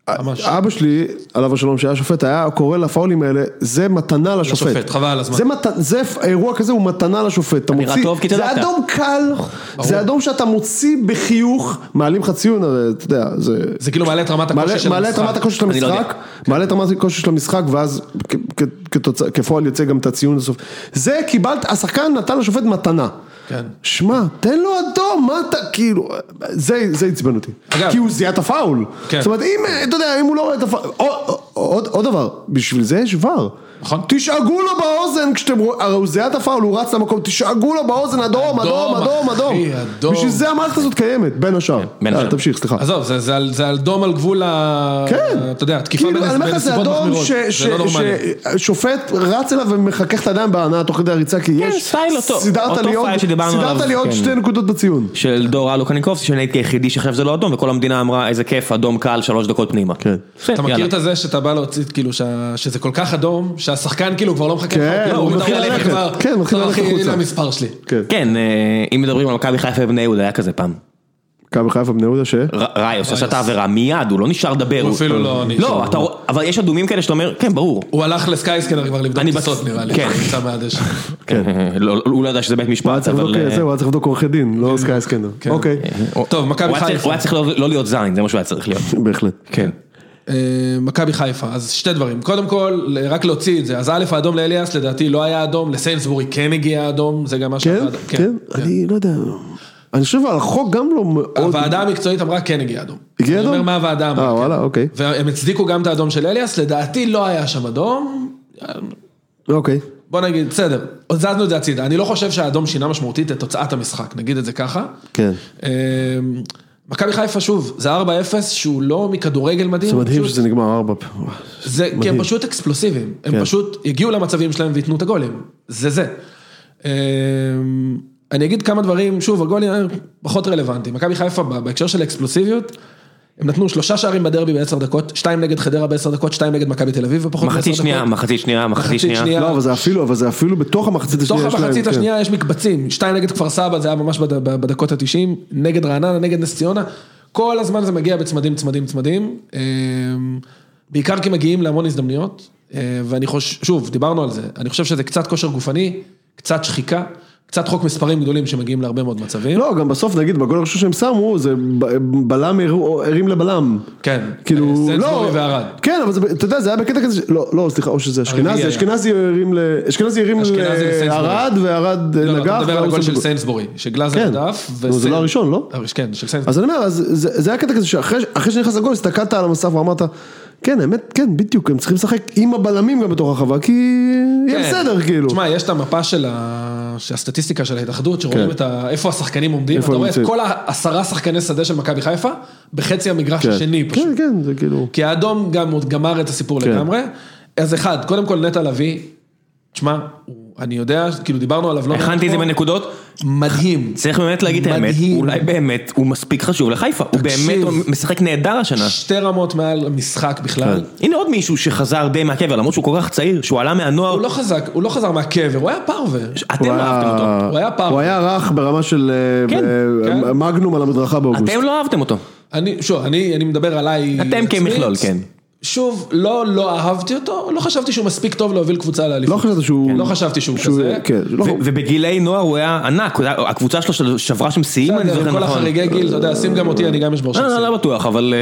ממש. אבא שלי, עליו השלום שהיה שופט, היה קורא לפאולים האלה, זה מתנה לשופט. חבל על הזמן. זה אירוע כזה, הוא מתנה לשופט. זה אדום קל, זה אדום שאתה מוציא בחיוך, מעלים לך ציון, אתה יודע, זה כאילו מעלה את רמת הקושי של המשחק. מעלה את רמת הקושי של המשחק, מעלה את רמת הקושי של המשחק, ואז כפועל יוצא גם את הציון לסוף. זה קיבלת, השחקן נתן לשופט מתנה. שמע, תן לו אדום, מה אתה, כאילו, זה עצבן אותי. כי הוא זיהה את הפאול. זאת אומרת, אם, אתה יודע, אם הוא לא רואה את הפאול, עוד דבר, בשביל זה יש ור. נכון. תשאגו לו באוזן, כשאתם רואים, הרי הוא זיהה את הפאול, הוא רץ למקום, תשאגו לו באוזן, אדום, אדום, אדום, אדום. בשביל זה המערכת הזאת קיימת, בין השאר. תמשיך, סליחה. עזוב, זה אדום על גבול, אתה יודע, תקיפה בנסיבות מחמירות. זה לא נורמלי. שופט רץ אליו ומחכך את הידיים בענה תוך כדי הריצה, כי יש, סידרת לי עוד 2 נקודות בציון. של דור אלוקניקובסקי, שאני הייתי היחידי שחשב זה לא אדום, וכל המדינה אמרה איזה כיף, אדום קל 3 דקות פנימה. אתה מכיר את זה שאתה בא להוציא, כאילו, שזה כל כך אדום, שהשחקן כאילו כבר לא מחכה לך, הוא מתחיל ללכת כבר, הנה המספר שלי. כן, אם מדברים על מכבי חיפה בני יהודה, היה כזה פעם. מכבי חיפה בני יהודה ראיוס, עשה את העבירה, מיד, הוא לא נשאר לדבר. הוא אפילו לא נשאר. לא, אבל יש אדומים כאלה שאתה אומר, כן, ברור. הוא הלך לסקייסקנר כבר לבדוק טיסות נראה לי, הוא נמצא מהדשא. הוא לא יודע שזה בית משפט, אבל... זהו, הוא היה צריך לבדוק עורכי דין, לא סקייסקנר. אוקיי. טוב, מכבי חיפה. הוא היה צריך לא להיות זין, זה מה שהוא היה צריך להיות. בהחלט. כן. מכבי חיפה, אז 2 דברים, קודם כל, רק להוציא את זה, אז א' האדום לאליאס, לדעתי לא היה אדום, לסיינסבורי כן הגיע אדום, זה גם מה שעבד. כן, אני לא יודע, אני חושב על החוק גם לא מאוד... הוועדה המקצועית אמרה כן הגיע אדום. הגיע אדום? אני אומר מה הוועדה אמרה. וואלה, אוקיי. והם הצדיקו גם את האדום של אליאס, לדעתי לא היה שם אדום. אוקיי. בוא נגיד, בסדר, זזנו את זה הצידה, אני לא חושב שהאדום שינה משמעותית את תוצאת המשחק, נגיד את זה ככה. כן. מכבי חיפה שוב, זה 4-0 שהוא לא מכדורגל מדהים. זה מדהים שזה נגמר 4. כי הם פשוט אקספלוסיביים, הם פשוט יגיעו למצבים שלהם ויתנו את הגולים, זה. אני אגיד כמה דברים, שוב, הגולים פחות רלוונטיים, מכבי חיפה בהקשר של האקספלוסיביות, הם נתנו 3 שערים בדרבי ב10 דקות, 2 נגד חדרה ב10 דקות, 2 נגד מכבי תל אביב ופחות מחצית שנייה. לא, אבל זה אפילו בתוך המחצית השנייה. בתוך המחצית השנייה יש מקבצים, 2 נגד כפר סבא, זה היה ממש בדקות ה-90, נגד רעננה, נגד נס ציונה, כל הזמן זה מגיע בצמדים, בעיקר כי מגיעים להמון הזדמנויות, ואני חושב, שוב, דיברנו על זה, אני חושב שזה קצת כושר גופני, קצת שחיקה, קצת חוק מספרים גדולים שמגיעים להרבה מאוד מצבים. לא, גם בסוף נגיד, בגול הראשון שהם שמו, זה בלם הרים לבלם. כן, כאילו, סנסבורי וערד. כן, אבל אתה יודע, זה היה בקטע כזה, לא, סליחה, או שזה אשכנזי הרים לערד, וערד נגח. לא, אתה מדבר על הגול של סנסבורי, שגלאזר הדף. זה לא הראשון, לא? כן, של סנסבורי. אז אני אומר, זה היה קטע כזה, שאחרי שנכנס לגול, הסתכלת על המסף ואמרת, כן, האמת, כן, בדיוק, הם צריכים לשחק עם הבלמים גם בתוך החווה, כי יהיה בסדר, כאילו. תשמע, יש את המפה של הסטטיסטיקה של ההתאחדות, שרואים איפה השחקנים עומדים, אתה רואה את כל 10 שחקני שדה של מכבי חיפה, בחצי המגרש השני פשוט. כן, כן, זה כאילו... כי האדום גם גמר את הסיפור לגמרי. אז אחד, קודם כל נטע לביא, תשמע, אני יודע, כאילו דיברנו עליו לא... הכנתי את זה בנקודות. מדהים. צריך באמת להגיד את האמת, אולי באמת הוא מספיק חשוב לחיפה, הוא באמת משחק נהדר השנה. 2 רמות מעל המשחק בכלל. הנה עוד מישהו שחזר די מהקבר, למרות שהוא כל כך צעיר, שהוא עלה מהנוער. הוא לא חזר מהקבר, הוא היה פרווה. אתם לא אהבתם אותו. הוא היה פרווה. הוא היה רך ברמה של מגנום על המדרכה באוגוסט. אתם לא אהבתם אותו. שוב, אני מדבר עליי... אתם כמכלול, כן. שוב, לא אהבתי אותו, לא חשבתי שהוא מספיק טוב להוביל קבוצה לאליפות. לא חשבתי שהוא כזה. ובגילי נוער הוא היה ענק, הקבוצה שלו שברה שם שיאים. כל החריגי גיל, אתה יודע, שים גם אותי, אני גם אשבור שם שיאים. לא בטוח, אבל...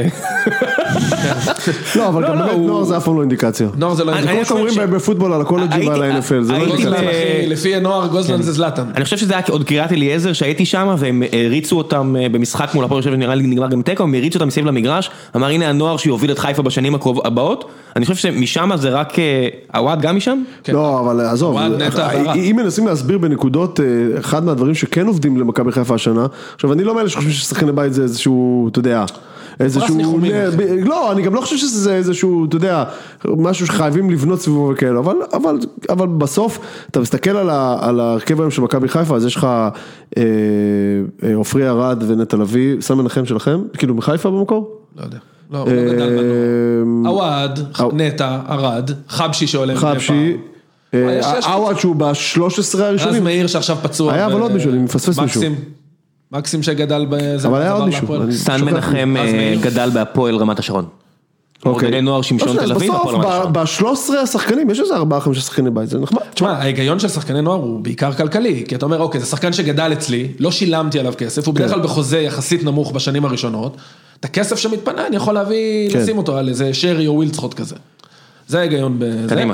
לא, אבל גם באמת נוער זה אף פעם לא אינדיקציה. נוער זה לא אינדיקציה. כמו שאומרים בפוטבול על הקולג'ים ועל ה-NFL, זה לא אינדיקציה. לפי נוער גוזלן זה זלטן. אני חושב שזה היה עוד קריית אליעזר שהייתי שם, והם הריצו אותם במשחק מול הפועל, נראה לי נגמר גם טקו, הם הריצו אותם מסביב למגרש, אמר הנה הנוער שיוביל את חיפה בשנים הבאות, אני חושב שמשם זה רק, הוואד גם משם? לא, אבל עזוב, אם מנסים להסביר בנקודות, אחד מהדברים שכן עובדים למכבי חיפה השנה, עכשיו אני לא מאלה שחושבים ששחקני בית זה איזשהו, אתה יודע, איזשהו, לא, אני גם לא חושב שזה איזשהו, אתה יודע, משהו שחייבים לבנות סביבו וכאלה, אבל בסוף, אתה מסתכל על הרכב היום של מכבי חיפה, אז יש לך עופרי ארד ונטע לביא, סל מנחם שלכם, כאילו מחיפה במקור? לא יודע. לא, הוא לא גדל בנו. עווד, נטע, ארד, חבשי שעולה חבשי, עווד שהוא ב-13 הראשונים. אז מאיר שעכשיו פצוע. היה אבל עוד מישהו, אני מפספס מישהו. מקסים שגדל בזה. אבל היה עוד מישהו. סן מנחם גדל בהפועל רמת השרון. מועדוני נוער שמשון תל אביב. בסוף, ב-13 השחקנים, יש איזה 4-5 שחקנים בית, זה נחמד. תשמע, ההיגיון של שחקני נוער הוא בעיקר כלכלי, כי אתה אומר, אוקיי, זה שחקן שגדל אצלי, לא שילמתי עליו כסף, הוא בדרך כלל בחוזה יחסית נמוך בשנים הראשונות, את הכסף שמתפנה, אני יכול להביא, לשים אותו על איזה שרי או ווילדסחוט כזה. זה ההיגיון בזה. קדימה.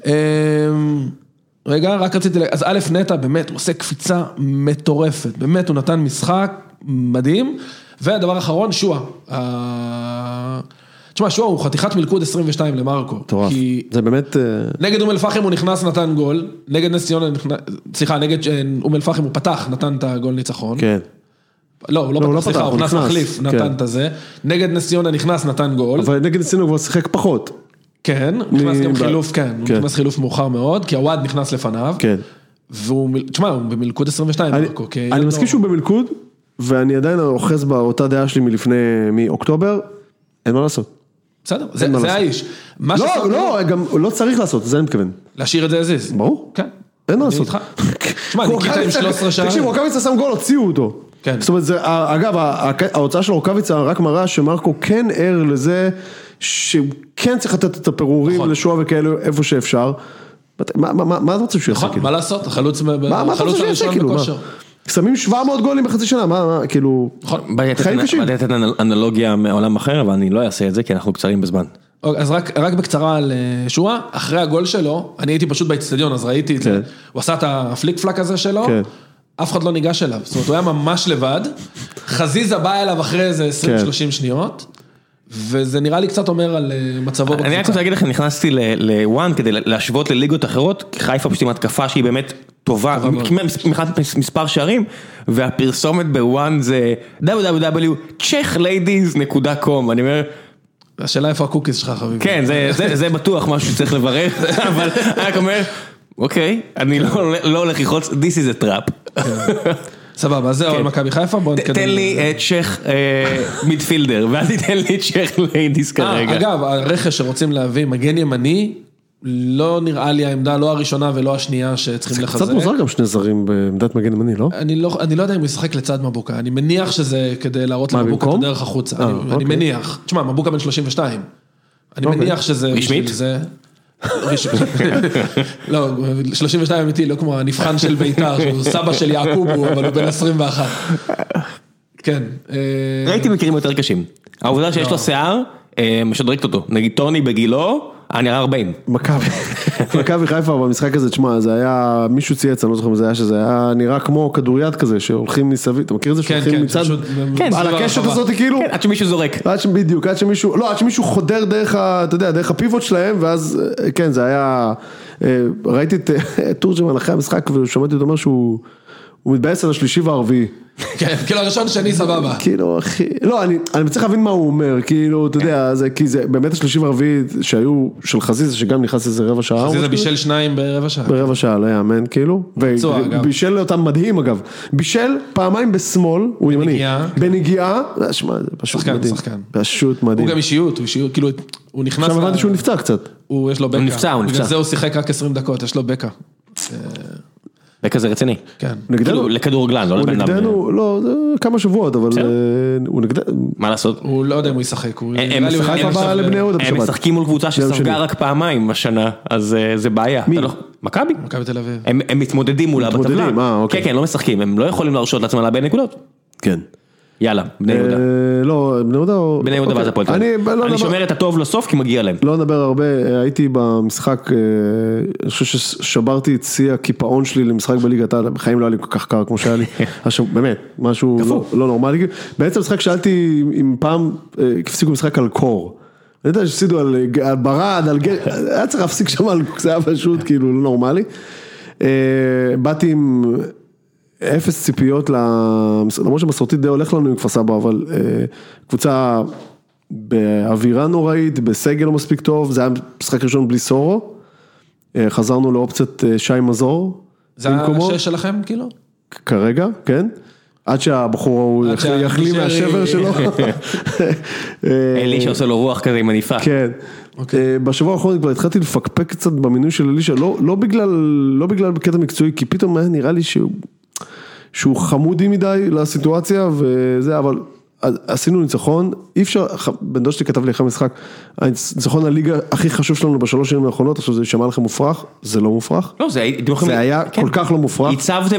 רגע, רק רציתי, אז א' נטע, באמת, הוא עושה קפיצה מטורפת, באמת, הוא נתן משחק מדהים, והדבר האחרון, שואה. תשמע, שואה הוא חתיכת מלכוד 22 למרקו. טורף, זה באמת... נגד אום אל-פחם הוא נכנס, נתן גול, נגד נס ציונה, סליחה, נגד אום אל-פחם הוא פתח, נתן את הגול ניצחון. כן. לא, הוא לא פתח, סליחה, הוא נכנס מחליף, נתן את זה. נגד נס ציונה נכנס, נתן גול. אבל נגד נס ציונה הוא כבר שיחק פחות. כן, הוא נכנס גם חילוף, כן, הוא נכנס חילוף מאוחר מאוד, כי הוואד נכנס לפניו. כן. והוא, תשמע, הוא במלכוד 22 מרקו. אני מסכים שהוא במלכוד, ואני עדיין אוחז באותה דעה שלי מאוקטובר, אין מה לעשות. בסדר, זה האיש. לא, גם לא צריך לעשות, זה אני מתכוון. להשאיר את זה הזיז. ברור. כן. אין מה לעשות. תשמע, ניקיטה עם 13 שערים. תקשיב, רוקאביצה שם גול, הוציאו אותו. זאת אומרת, אגב, ההוצאה של רוקאביצה רק מראה שמרקו כן ער לזה, שכן צריך לתת את הפירורים לשואה וכאלה איפה שאפשר. מה אתה רוצה שהוא יעשה? נכון, מה לעשות? החלוץ הראשון בכושר. שמים 700 גולים בחצי שנה, מה, כאילו, חיים קשים. באתי לתת אנלוגיה מעולם אחר, אבל אני לא אעשה את זה, כי אנחנו קצרים בזמן. אז רק בקצרה על שואה, אחרי הגול שלו, אני הייתי פשוט באצטדיון, אז ראיתי את זה, הוא עשה את הפליק פלק הזה שלו, אף אחד לא ניגש אליו, זאת אומרת, הוא היה ממש לבד, חזיזה בא אליו אחרי איזה 20-30 שניות, וזה נראה לי קצת אומר על מצבו בקבוצה. אני רק רוצה להגיד לכם, נכנסתי לוואן כדי להשוות לליגות אחרות, כי חיפה פשוט עם התקפה שהיא באמת טובה, מבחינת מספר שערים, והפרסומת בוואן זה www.checkladies.com, אני אומר... השאלה איפה הקוקיס שלך חביבי. כן, זה בטוח משהו שצריך לברר, אבל אני רק אומר, אוקיי, אני לא הולך ללחוץ, this is a trap. סבבה, אז זהו על מכבי חיפה, בוא נתקדם. תן לי צ'ך מידפילדר, ואז תן לי צ'ך ליידיס כרגע. אגב, הרכש שרוצים להביא מגן ימני, לא נראה לי העמדה, לא הראשונה ולא השנייה שצריכים לחזק. זה קצת מוזר גם שני זרים בעמדת מגן ימני, לא? אני לא יודע אם הוא ישחק לצד מבוקה, אני מניח שזה כדי להראות למבוקה את הדרך החוצה. אני מניח, תשמע, מבוקה בן 32. אני מניח שזה... רשמית? לא, 32 אמיתי, לא כמו הנבחן של ביתר, שהוא סבא של יעקוב, אבל הוא בן 21. כן. ראיתי מכירים יותר קשים. העובדה שיש לו שיער, משדרקת אותו. נגיד טוני בגילו, אני נראה 40. מכבי חיפה במשחק הזה, תשמע, זה היה, מישהו צייץ, אני לא זוכר אם זה היה, שזה היה נראה כמו כדוריד כזה, שהולכים מסביב, אתה מכיר את זה שהולכים מצד, על הקשת הזאת כאילו, עד שמישהו זורק. בדיוק, עד שמישהו חודר דרך, אתה יודע, דרך הפיבוט שלהם, ואז, כן, זה היה, ראיתי את תורג'מן אחרי המשחק, ושומעתי אותו אומר שהוא מתבאס על השלישי והרביעי. כן, כאילו הראשון שני סבבה. כאילו, אחי, לא, אני מצליח להבין מה הוא אומר, כאילו, אתה יודע, כי זה באמת השלישי והרביעי שהיו של חזיזה, שגם נכנס איזה רבע שעה. חזיזה בישל 2 ברבע שעה. ברבע שעה, לא יאמן, כאילו. ובישל אותם מדהים, אגב. בישל פעמיים בשמאל, הוא ימני. בנגיעה, שמע, זה פשוט מדהים. פשוט מדהים. הוא גם אישיות, כאילו, הוא נכנס... עכשיו הבנתי שהוא נפצע קצת. יש לו בקה. הוא נפצע. בגלל זה הוא שיחק רק 20 דקות, יש לו בקה. וכזה רציני. כן. נגדנו? לכדורגלן, לא לבן אדם. לא, זה כמה שבועות, אבל הוא נגדנו. מה לעשות? הוא לא יודע אם הוא ישחק. הם משחקים מול קבוצה שספגה רק פעמיים השנה, אז זה בעיה. מי? מכבי? מכבי תל אביב. הם מתמודדים מולה בטבלה. אוקיי. כן, לא משחקים, הם לא יכולים להרשות לעצמם להביא נקודות. כן. יאללה, בני יהודה. לא, בני יהודה או... בני יהודה ואז הפועל. אני שומר את הטוב לסוף כי מגיע להם. לא נדבר הרבה, הייתי במשחק, אני חושב ששברתי את שיא הקיפאון שלי למשחק בליגת העל, בחיים לא היה לי כל כך קר כמו שהיה לי, באמת, משהו לא נורמלי. בעצם משחק שאלתי אם פעם הפסיקו משחק על קור. אני יודע שסידו על ברד, על גר, היה צריך להפסיק שם, זה היה פשוט כאילו לא נורמלי. באתי עם... אפס ציפיות, למרות שמסורתית די הולך לנו עם כפר סבא, אבל קבוצה באווירה נוראית, בסגל לא מספיק טוב, זה היה משחק ראשון בלי סורו, חזרנו לאופציית שי מזור. זה השש שלכם כאילו? כרגע, כן. עד שהבחור הוא יחלים מהשבר שלו. אלישה עושה לו רוח כזה עם עניפה. כן. בשבוע האחרון כבר התחלתי לפקפק קצת במינוי של אלישה, לא בגלל בקטע מקצועי, כי פתאום היה נראה לי שהוא חמודי מדי לסיטואציה, וזה, אבל עשינו ניצחון, אי אפשר, בן דוד שלי כתב לי אחרי המשחק, הניצחון הליגה הכי חשוב שלנו בשלוש שנים האחרונות, עכשיו זה שמע לכם מופרך, זה לא מופרך. לא, זה היה כל כך לא מופרך.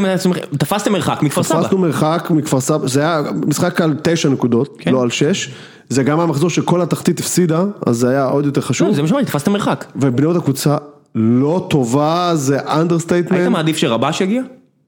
תפסתם מרחק מכפר סבא. תפסנו מרחק מכפר סבא, זה היה משחק על 9 נקודות, לא על 6, זה גם המחזור שכל התחתית הפסידה, אז זה היה עוד יותר חשוב. לא, זה מה שאמרתי, תפסתם מרחק. ובני יהודה קבוצה לא טובה, זה אנדרסטייטמנט. היית מעדיף שרבש יגיע?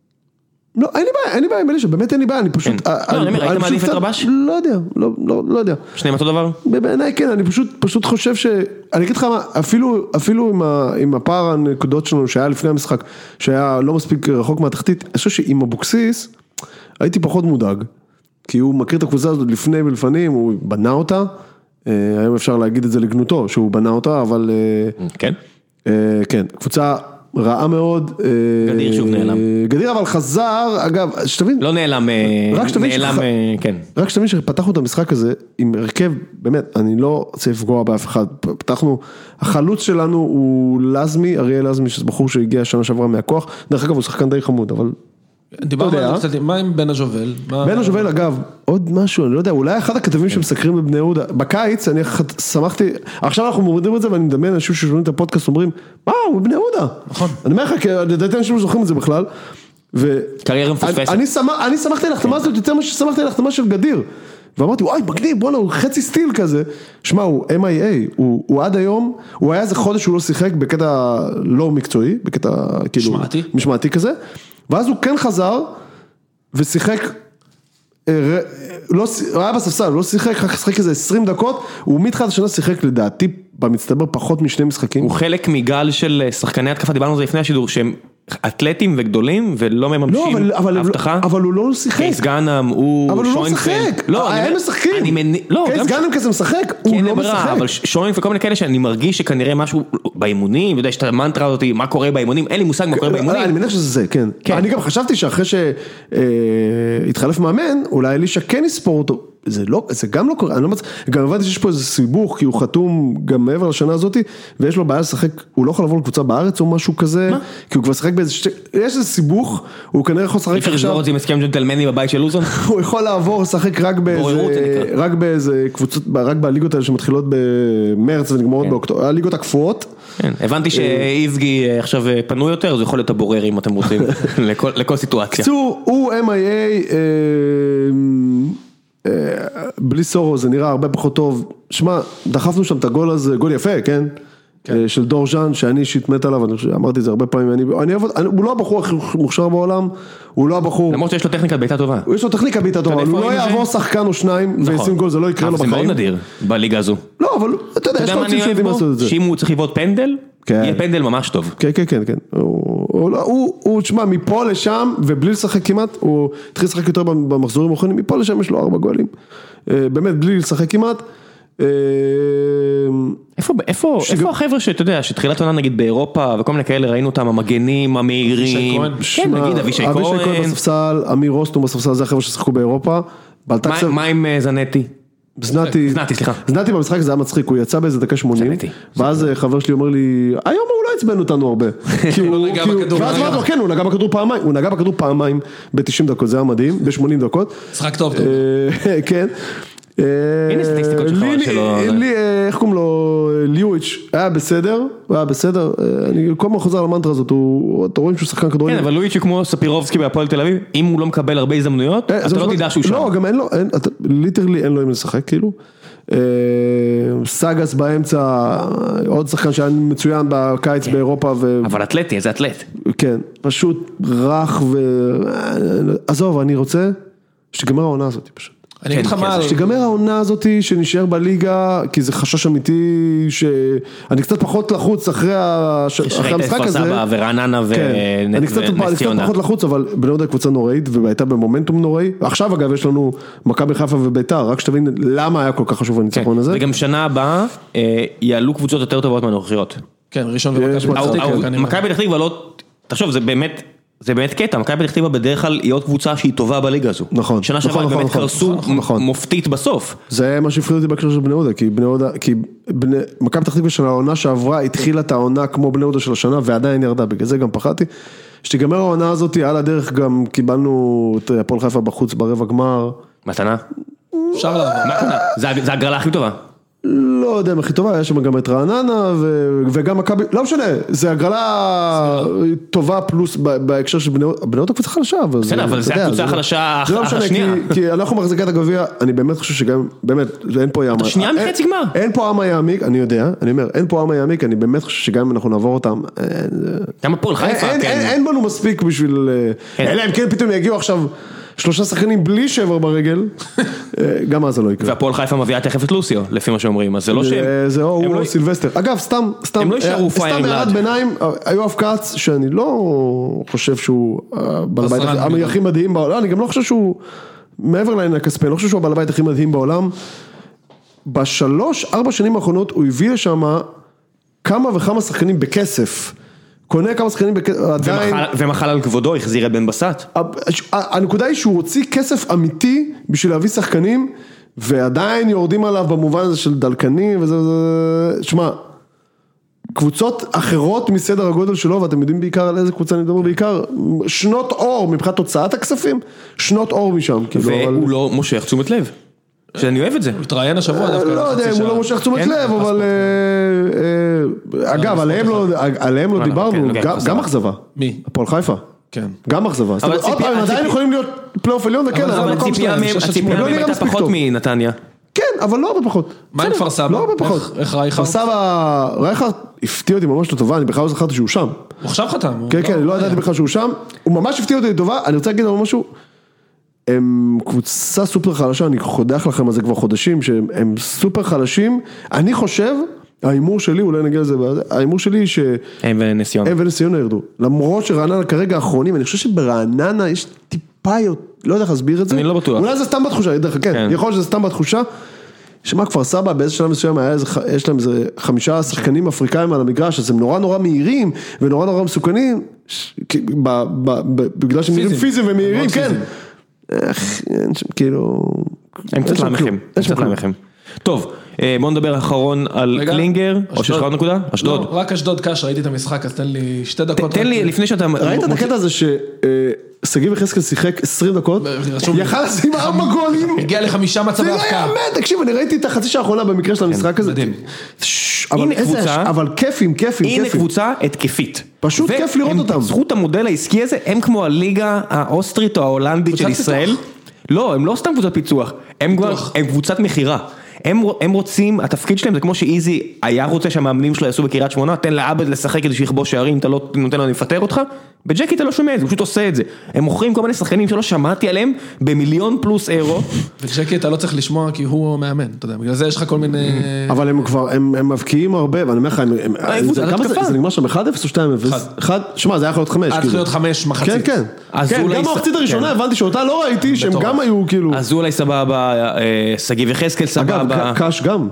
לא, אין לי בעיה עם אלישע, באמת אין לי בעיה, אני פשוט... היית מעדיף את רבש? לא יודע, לא יודע. שניהם אותו דבר? בעיניי כן, אני פשוט חושב ש... אני אגיד לך מה, אפילו עם הפער הנקודות שלנו שהיה לפני המשחק, שהיה לא מספיק רחוק מהתחתית, אני חושב שעם אבוקסיס, הייתי פחות מודאג, כי הוא מכיר את הקבוצה הזאת לפני ולפנים, הוא בנה אותה, היום אפשר להגיד את זה לגנותו, שהוא בנה אותה, אבל... כן? כן, קבוצה... רעה מאוד. גדיר שוב נעלם. גדיר אבל חזר, אגב, שתבין. לא נעלם, נעלם, כן. רק שתבין שפתחנו את המשחק הזה עם הרכב, באמת, אני לא רוצה לפגוע באף אחד. פתחנו, החלוץ שלנו הוא לזמי, אריאל לזמי, שזה בחור שהגיע שנה שעברה מהכוח. דרך אגב, הוא שחקן די חמוד, אבל... דיברנו על קצת, מה עם בן הז'ובל? בן הז'ובל, אגב, עוד משהו, אני לא יודע, אולי אחד הכתבים שמסקרים בבני יהודה, בקיץ, אני שמחתי, עכשיו אנחנו מורידים את זה, ואני מדמיין אנשים ששומעים את הפודקאסט, אומרים, הוא בבני יהודה. נכון. אני אומר לך, כי לדעתי אנשים זוכרים את זה בכלל, קריירה מפספסת. אני שמחתי להחתמה הזאת, יותר מה ששמחתי להחתמה של גדיר, ואמרתי, וואי, מגניב, בוא'נה, הוא חצי סטיל כזה, שמע, הוא MIA, הוא עד היום, הוא היה איזה חודש שהוא לא שיחק בקטע לא מקצועי, בקטע כאילו משמעתי כזה, ואז הוא כן חזר, ושיחק, הוא היה בספסל, הוא לא שיחק איזה 20 דקות, הוא מתחילת השנה שיחק לדעתי, במצטבר פחות משני משחקים. הוא חלק מגל של שחקני התקפה, דיברנו על זה לפני השידור, שהם אתלטים וגדולים, ולא מממשים הבטחה. אבל הוא לא שיחק. קייס גאנם, הוא... אבל הוא לא משחק. הם משחקים. קייס גאנם כזה משחק, הוא לא משחק. אבל שוינג וכל מיני כאלה שאני מרגיש שכנראה משהו באימונים, יודע שאתה מנטרה אותי, מה קורה באימונים, אין לי מושג מה קורה באימונים. אני מניח שזה זה, כן. אני גם חשבתי שאחרי שהתחלף מאמן, אולי אלישע כן יספור אותו. זה גם לא קורה, גם הבנתי שיש פה איזה סיבוך, כי הוא חתום גם מעבר לשנה הזאת, ויש לו בעיה לשחק, הוא לא יכול לעבור לקבוצה בארץ או משהו כזה, כי הוא כבר שחק באיזה, יש איזה סיבוך, הוא כנראה יכול לשחק עכשיו. אפשר לסגור את זה עם הסכם ג'נטלמני בבית של לוזון? הוא יכול לעבור, לשחק רק באיזה קבוצות, רק בליגות האלה שמתחילות במרץ ונגמרות באוקטובר, הליגות הקפואות. הבנתי שאיזגי עכשיו פנו יותר, זה יכול להיות הבורר אם אתם רוצים, לכל סיטואציה. הוא MIA, בלי סורו זה נראה הרבה פחות טוב, שמע, דחפנו שם את הגול הזה, גול יפה, כן? של דור ז'אן, שאני אישית מת עליו, אמרתי את זה הרבה פעמים, הוא לא הבחור הכי מוכשר בעולם, הוא לא הבחור... למרות שיש לו טכניקה בעיטה טובה. יש לו טכניקה בעיטה טובה, אבל הוא לא יעבור שחקן או שניים, ו20 גול זה לא יקרה לו בחיים. זה מאוד נדיר, בליגה הזו. לא, אבל אתה יודע, יש לו עוד שיודעים לעשות את זה. שאם הוא צריך לבעוט פנדל, יהיה פנדל ממש טוב. כן, כן, כן, כן. הוא, תשמע, מפה לשם, ובלי לשחק כמעט, הוא התחיל לשחק יותר במחזורים האחרונים, מפה לשם יש לו 4 גולים. באמת, בלי לשחק כמעט. איפה החבר'ה שאתה יודע, שתחילת עונה נגיד באירופה וכל מיני כאלה, ראינו אותם המגנים, המהירים, כן נגיד אבישי כהן בספסל, אמיר רוסטום בספסל, זה החבר'ה ששחקו באירופה. מה עם זנתי? זנתי, סליחה. זנתי במשחק זה היה מצחיק, הוא יצא באיזה דקה 80, ואז חבר שלי אומר לי, היום הוא לא עצבן אותנו הרבה. הוא נגע בכדור. ואז אמרתי לו, כן, הוא נגע בכדור פעמיים, הוא נגע בכדור פעמיים ב-90 דקות, זה היה מדהים, ב-80 דקות. משחק טוב. כן. הנה סטטיסטיקות שלו. איך קוראים לו, ליואיץ', היה בסדר, אני כל הזמן חוזר על המנטרה הזאת, אתה רואים שהוא שחקן כדורגל. כן, אבל ליואיץ' הוא כמו ספירובסקי בהפועל תל אביב, אם הוא לא מקבל הרבה הזדמנויות, אתה לא תדע שהוא שם. לא, גם אין לו, ליטרלי אין לו אם לשחק, כאילו. סאגס באמצע, עוד שחקן שהיה מצוין בקיץ באירופה. אבל אתלטי, איזה אתלט. כן, פשוט רך עזוב, אני רוצה שתגמר העונה הזאת פשוט. אני אגיד לך מה... שתגמר העונה הזאת שנשאר בליגה, כי זה חשש אמיתי, שאני קצת פחות לחוץ אחרי המשחק הזה. ורעננה אני קצת פחות לחוץ, אבל בני יהודה קבוצה נוראית, והייתה במומנטום נוראי. עכשיו אגב יש לנו מכבי חיפה וביתר, רק שתבין למה היה כל כך חשוב הניצחון הזה. וגם שנה הבאה יעלו קבוצות יותר טובות מהנוכחיות. כן, ראשון ומכבי פתח תקווה לא... תחשוב, זה באמת קטע, מכבי פתח תקווה בדרך כלל היא עוד קבוצה שהיא טובה בליגה הזו. נכון. שנה שעברה באמת קרסו מופתית בסוף. זה מה שהפחיד אותי בהקשר של בני יהודה, כי מכבי פתח תקווה של העונה שעברה התחילה את העונה כמו בני יהודה של השנה ועדיין ירדה, בגלל זה גם פחדתי. שתיגמר העונה הזאת, על הדרך גם קיבלנו את הפועל חיפה בחוץ ברבע גמר. מתנה? אפשר לעבור. זה הגרלה הכי טובה. לא יודע אם הכי טובה, היה שם גם את רעננה וגם מכבי, לא משנה, זה הגרלה טובה פלוס בהקשר של בני יהודה קבוצה חלשה. בסדר, אבל זה הקבוצה החלשה זה לא משנה, כי אנחנו מחזיקים את הגביע, אני באמת חושב שגם, באמת, אין פה ים. שנייה מחצי גמר. אין פה עם היעמיק, אני יודע, אני אומר, אין פה עם היעמיק, אני באמת חושב שגם אם אנחנו נעבור אותם, גם הפועל חיפה, כן. אין בנו מספיק בשביל, אלא אם כן פתאום יגיעו עכשיו 3 שחקנים בלי שבר ברגל, גם אז זה לא יקרה. והפועל חיפה מביאה תכף את לוסיו, לפי מה שאומרים, אז זה לא שהם... זה או סילבסטר. אגב, סתם הערת ביניים, יואב כץ, שאני לא חושב שהוא בעל הבית הכי מדהים בעולם, אני גם לא חושב שהוא, מעבר לעניין הכספי, אני לא חושב שהוא בעל הבית הכי מדהים בעולם, ב3-4 שנים האחרונות הוא הביא לשם כמה וכמה שחקנים בכסף, קונה כמה שחקנים עדיין... ומחל על כבודו, החזיר את בן בסט. הנקודה היא שהוא הוציא כסף אמיתי בשביל להביא שחקנים, ועדיין יורדים עליו במובן הזה של דלקנים, וזה... שמה, קבוצות אחרות מסדר הגודל שלו, ואתם יודעים בעיקר על איזה קבוצה אני מדבר בעיקר, שנות אור, מבחינת הוצאת הכספים, שנות אור משם. והוא לא מושך תשומת לב. שאני אוהב את זה. הוא התראיין השבוע דווקא. לא יודע אם הוא לא מושך תשומת לב, אבל... אגב, עליהם לא דיברנו, גם אכזבה. מי? הפועל חיפה. כן. גם אכזבה. עוד פעם, עדיין יכולים להיות פלייאוף עליון, וכן, אבל הציפייה מהם הייתה פחות מנתניה. כן, אבל לא הרבה פחות. מה עם כפר סבא? לא הרבה פחות. איך רייכרד? כפר סבא, רייכרד הפתיע אותי ממש לטובה, אני בכלל לא זכרתי שהוא שם. הוא עכשיו חתם. כן, כן, לא ידעתי בכלל שהוא שם. הוא ממש הפתיע אותי לטובה, אני רוצה להגיד על משהו. הם קבוצה סופר חלשה, אני חודח לכם על זה כבר חודשים, שהם סופר חלשים, אני חושב, האימור שלי, אולי נגיע לזה, האימור שלי ש... הם ונסיון ירדו, למרות שרעננה כרגע האחרונים, אני חושב שברעננה יש טיפה, לא יודע איך להסביר את זה, אני לא בטוח. אולי זה סתם בתחושה, כן, יכול להיות שזה סתם בתחושה, שמה כפר סבא באיזה שלב מסוים, יש להם איזה 5 שחקנים אפריקאים על המגרש, אז הם נורא מהירים, ונורא מסוכנים, בגלל שהם נראים פיזיים ומהירים, כן. כאילו... הם קצת לעמכם. טוב, בואו נדבר אחרון על קלינגר, או שיש לך עוד נקודה? אשדוד. רק אשדוד קש, ראיתי את המשחק, אז תן לי 2 דקות. תן לי, לפני שאתה... ראית את הקטע הזה שסגיב יחזקאל שיחק 20 דקות, יכל לשים 4 גולים. הגיע ל5 מצבי הפקעה. זה לא יאמן, תקשיב, אני ראיתי את החצי שעה האחרונה במקרה של המשחק הזה. אבל כיפים. הנה קבוצה התקפית. פשוט כיף לראות אותם. זכות המודל העסקי הזה, הם כמו הליגה האוסטרית או ההולנדית של ישראל. לא, הם לא סתם קבוצת פיצוח, הם קבוצת מחירה. הם רוצים, התפקיד שלהם זה כמו שאיזי היה רוצה שהמאמנים שלו יעשו בקריית שמונה, תן לעבד לשחק כדי שיכבוש שערים, אתה לא נותן לו לפטר אותך, בג'קי אתה לא שומע את זה, הוא פשוט עושה את זה. הם מוכרים כל מיני שחקנים שלא שמעתי עליהם במיליון פלוס אירו. וג'קי אתה לא צריך לשמוע כי הוא מאמן, אתה יודע, בגלל זה יש לך כל מיני... אבל הם כבר, הם מבקיעים הרבה, ואני אומר לך, זה נגמר שם 1-0 או 2-0? שמה, זה היה יכול להיות 5. היה יכול להיות 5 מחצית. כן. גם במחצית הראשונה הבנתי שאותה לא ראיתי, שהם גם היו כאילו... אז אולי סבבה, סגיב יחזקאל סבבה. קש גם.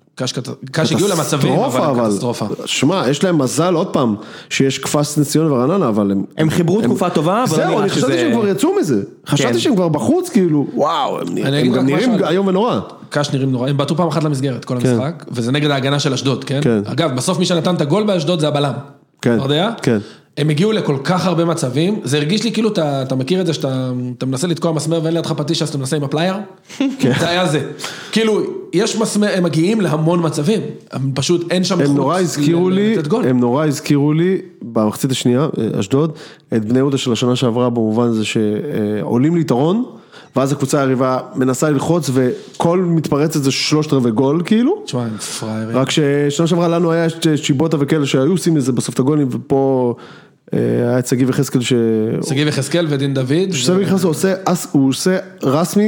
קש הגיעו למצבים, אבל קטסטרופה. שמע, יש להם מזל עוד פעם, שיש קפץ נציון ורעננה, אבל הם... חיברו תקופה טובה, אבל זהו, אני חשבתי שהם כבר יצאו מזה. חשבתי שהם כבר בחוץ, כאילו, וואו, הם גם נראים היום ונורא. קש נראים נורא, הם בעטו פעם אחת למסגרת, כל המשחק, וזה נגד ההגנה של אשדוד, כן? אגב, בסוף מי שנתן את הגול באשדוד זה הבלם. כן. אתה יודע? כן. הם הגיעו לכל כך הרבה מצבים, זה הרגיש לי כאילו, אתה מכיר את זה שאתה מנסה לתקוע מסמר ואין לידך פטיש, אז אתה מנסה עם הפלייר? זה היה זה. כאילו, יש מסמר, הם מגיעים להמון מצבים, פשוט אין שם חוץ לתת גול. הם נורא הזכירו לי, במחצית השנייה, אשדוד, את בני יהודה של השנה שעברה, במובן הזה שעולים ליתרון, ואז הקבוצה היריבה מנסה ללחוץ, וכל מתפרצת זה 3/4 גול, כאילו. תשמע, הם פריירים. רק ששנה שעברה לנו היה שיבוטה וכאלה שהיו עושים לזה בסוף את הגולים, ופה היה את סגיב יחזקאל סגיב יחזקאל ודין דוד. סגיב יחזקאל הוא עושה רסמי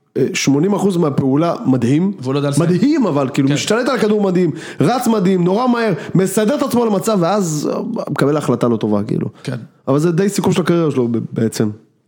80% מהפעולה מדהים. והוא לא יודע לסיים. מדהים, אבל כאילו משתלט על הכדור מדהים, רץ מדהים, נורא מהר, מסדר את עצמו למצב, ואז מקבל החלטה לא טובה, כאילו. כן. אבל זה די סיכום של הקריירה שלו בעצם.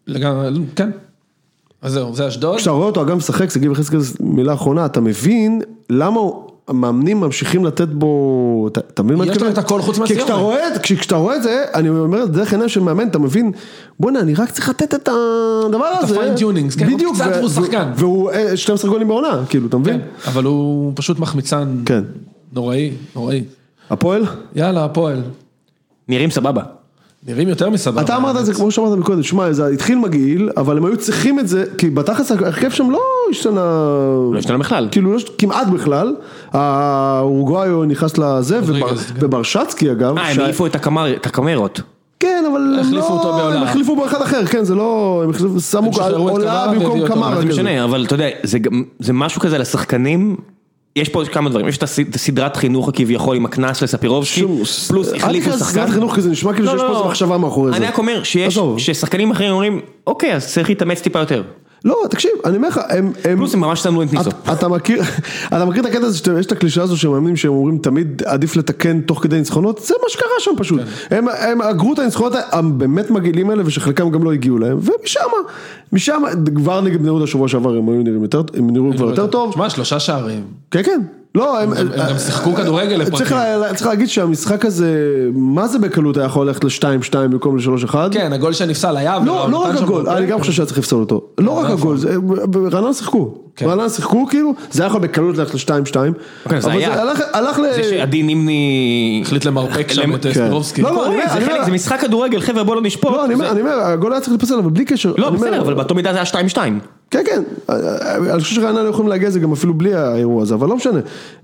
כן. אז זהו, זה אשדוד. כשאתה רואה אותו, אגם משחק, סגיב יחזקאל מילה אחרונה, אתה מבין למה המאמנים ממשיכים לתת בו, אתה מבין מה? יש לו את הכל חוץ מהסיום. כשאתה רואה את זה, אני אומר, דרך עיניים של מאמן, אתה מבין, בוא'נה, אני רק צריך לתת את הדבר הזה. את הפיינטיונינגס, כן, בדיוק, קצת והוא שחקן. והוא 12 גולים בעונה, כאילו, אתה מבין? אבל הוא פשוט מחמיצן נוראי. הפועל? יאללה, הפועל. נראים סבבה. נראים יותר מסבבה. אתה אמרת את זה כמו שאמרת מקודם, שמע, זה התחיל מגעיל, אבל הם היו צריכים את זה, כי בתכלס הרכב שם לא השתנה... לא השתנה בכלל. כאילו, כמעט בכלל. האורוגוואי נכנס לזה, וברשצקי אגב. הם העיפו את הקמרות. כן, אבל החליפו אותו בעולה. הם החליפו באחד אחר, כן, זה לא... הם שמו עולה במקום קמר. זה משנה, אבל אתה יודע, זה משהו כזה לשחקנים... יש פה כמה דברים, יש את הסדרת חינוך הכביכול עם הכנס לספירובסקי, פלוס החליפו שחקן. סדרת חינוך כזה נשמע כאילו שיש פה איזה מחשבה מאחורי זה. אני רק אומר ששחקנים אחרים אומרים, אוקיי, אז צריך להתאמץ טיפה יותר. לא, תקשיב, אני אומר לך, פלוס הם ממש שמו את ניסו. אתה מכיר את הקטע הזה, יש את הקלישה הזו שמאמנים שהם אומרים תמיד עדיף לתקן תוך כדי ניצחונות, זה מה שקרה שם פשוט. הם אגרו את הניצחונות הבאמת מגעילים האלה, ושחלקם גם לא הגיעו להם, ומשם, כבר נגד בני יהודה שבוע שעבר, הם נראו כבר יותר טוב. תשמע, 3 שערים. כן, כן. לא, הם גם שיחקו כדורגל לפרקים. צריך להגיד שהמשחק הזה, מה זה בקלות היה יכול ללכת ל-2-2 במקום ל-3-1? כן, הגול שנפסל היה. לא רק הגול, אני גם חושב שהיה צריך לפסול אותו. לא רק הגול, רעננה שיחקו. רעננה שיחקו כאילו, זה היה יכול בקלות ללכת ל-2-2. זה הלך ל... זה שעדי נימני... החליט למרפק שם את ספירובסקי. זה משחק כדורגל, חבר'ה, בוא לא נשפוט. לא, אני אומר, הגול היה צריך לפסל, אבל בלי קשר. לא, בסדר, אבל באותו מידה זה היה 2-2. כן, כן, אני חושב שרעננה לא יכולים להגיע זה גם אפילו בלי האירוע הזה, אבל לא משנה.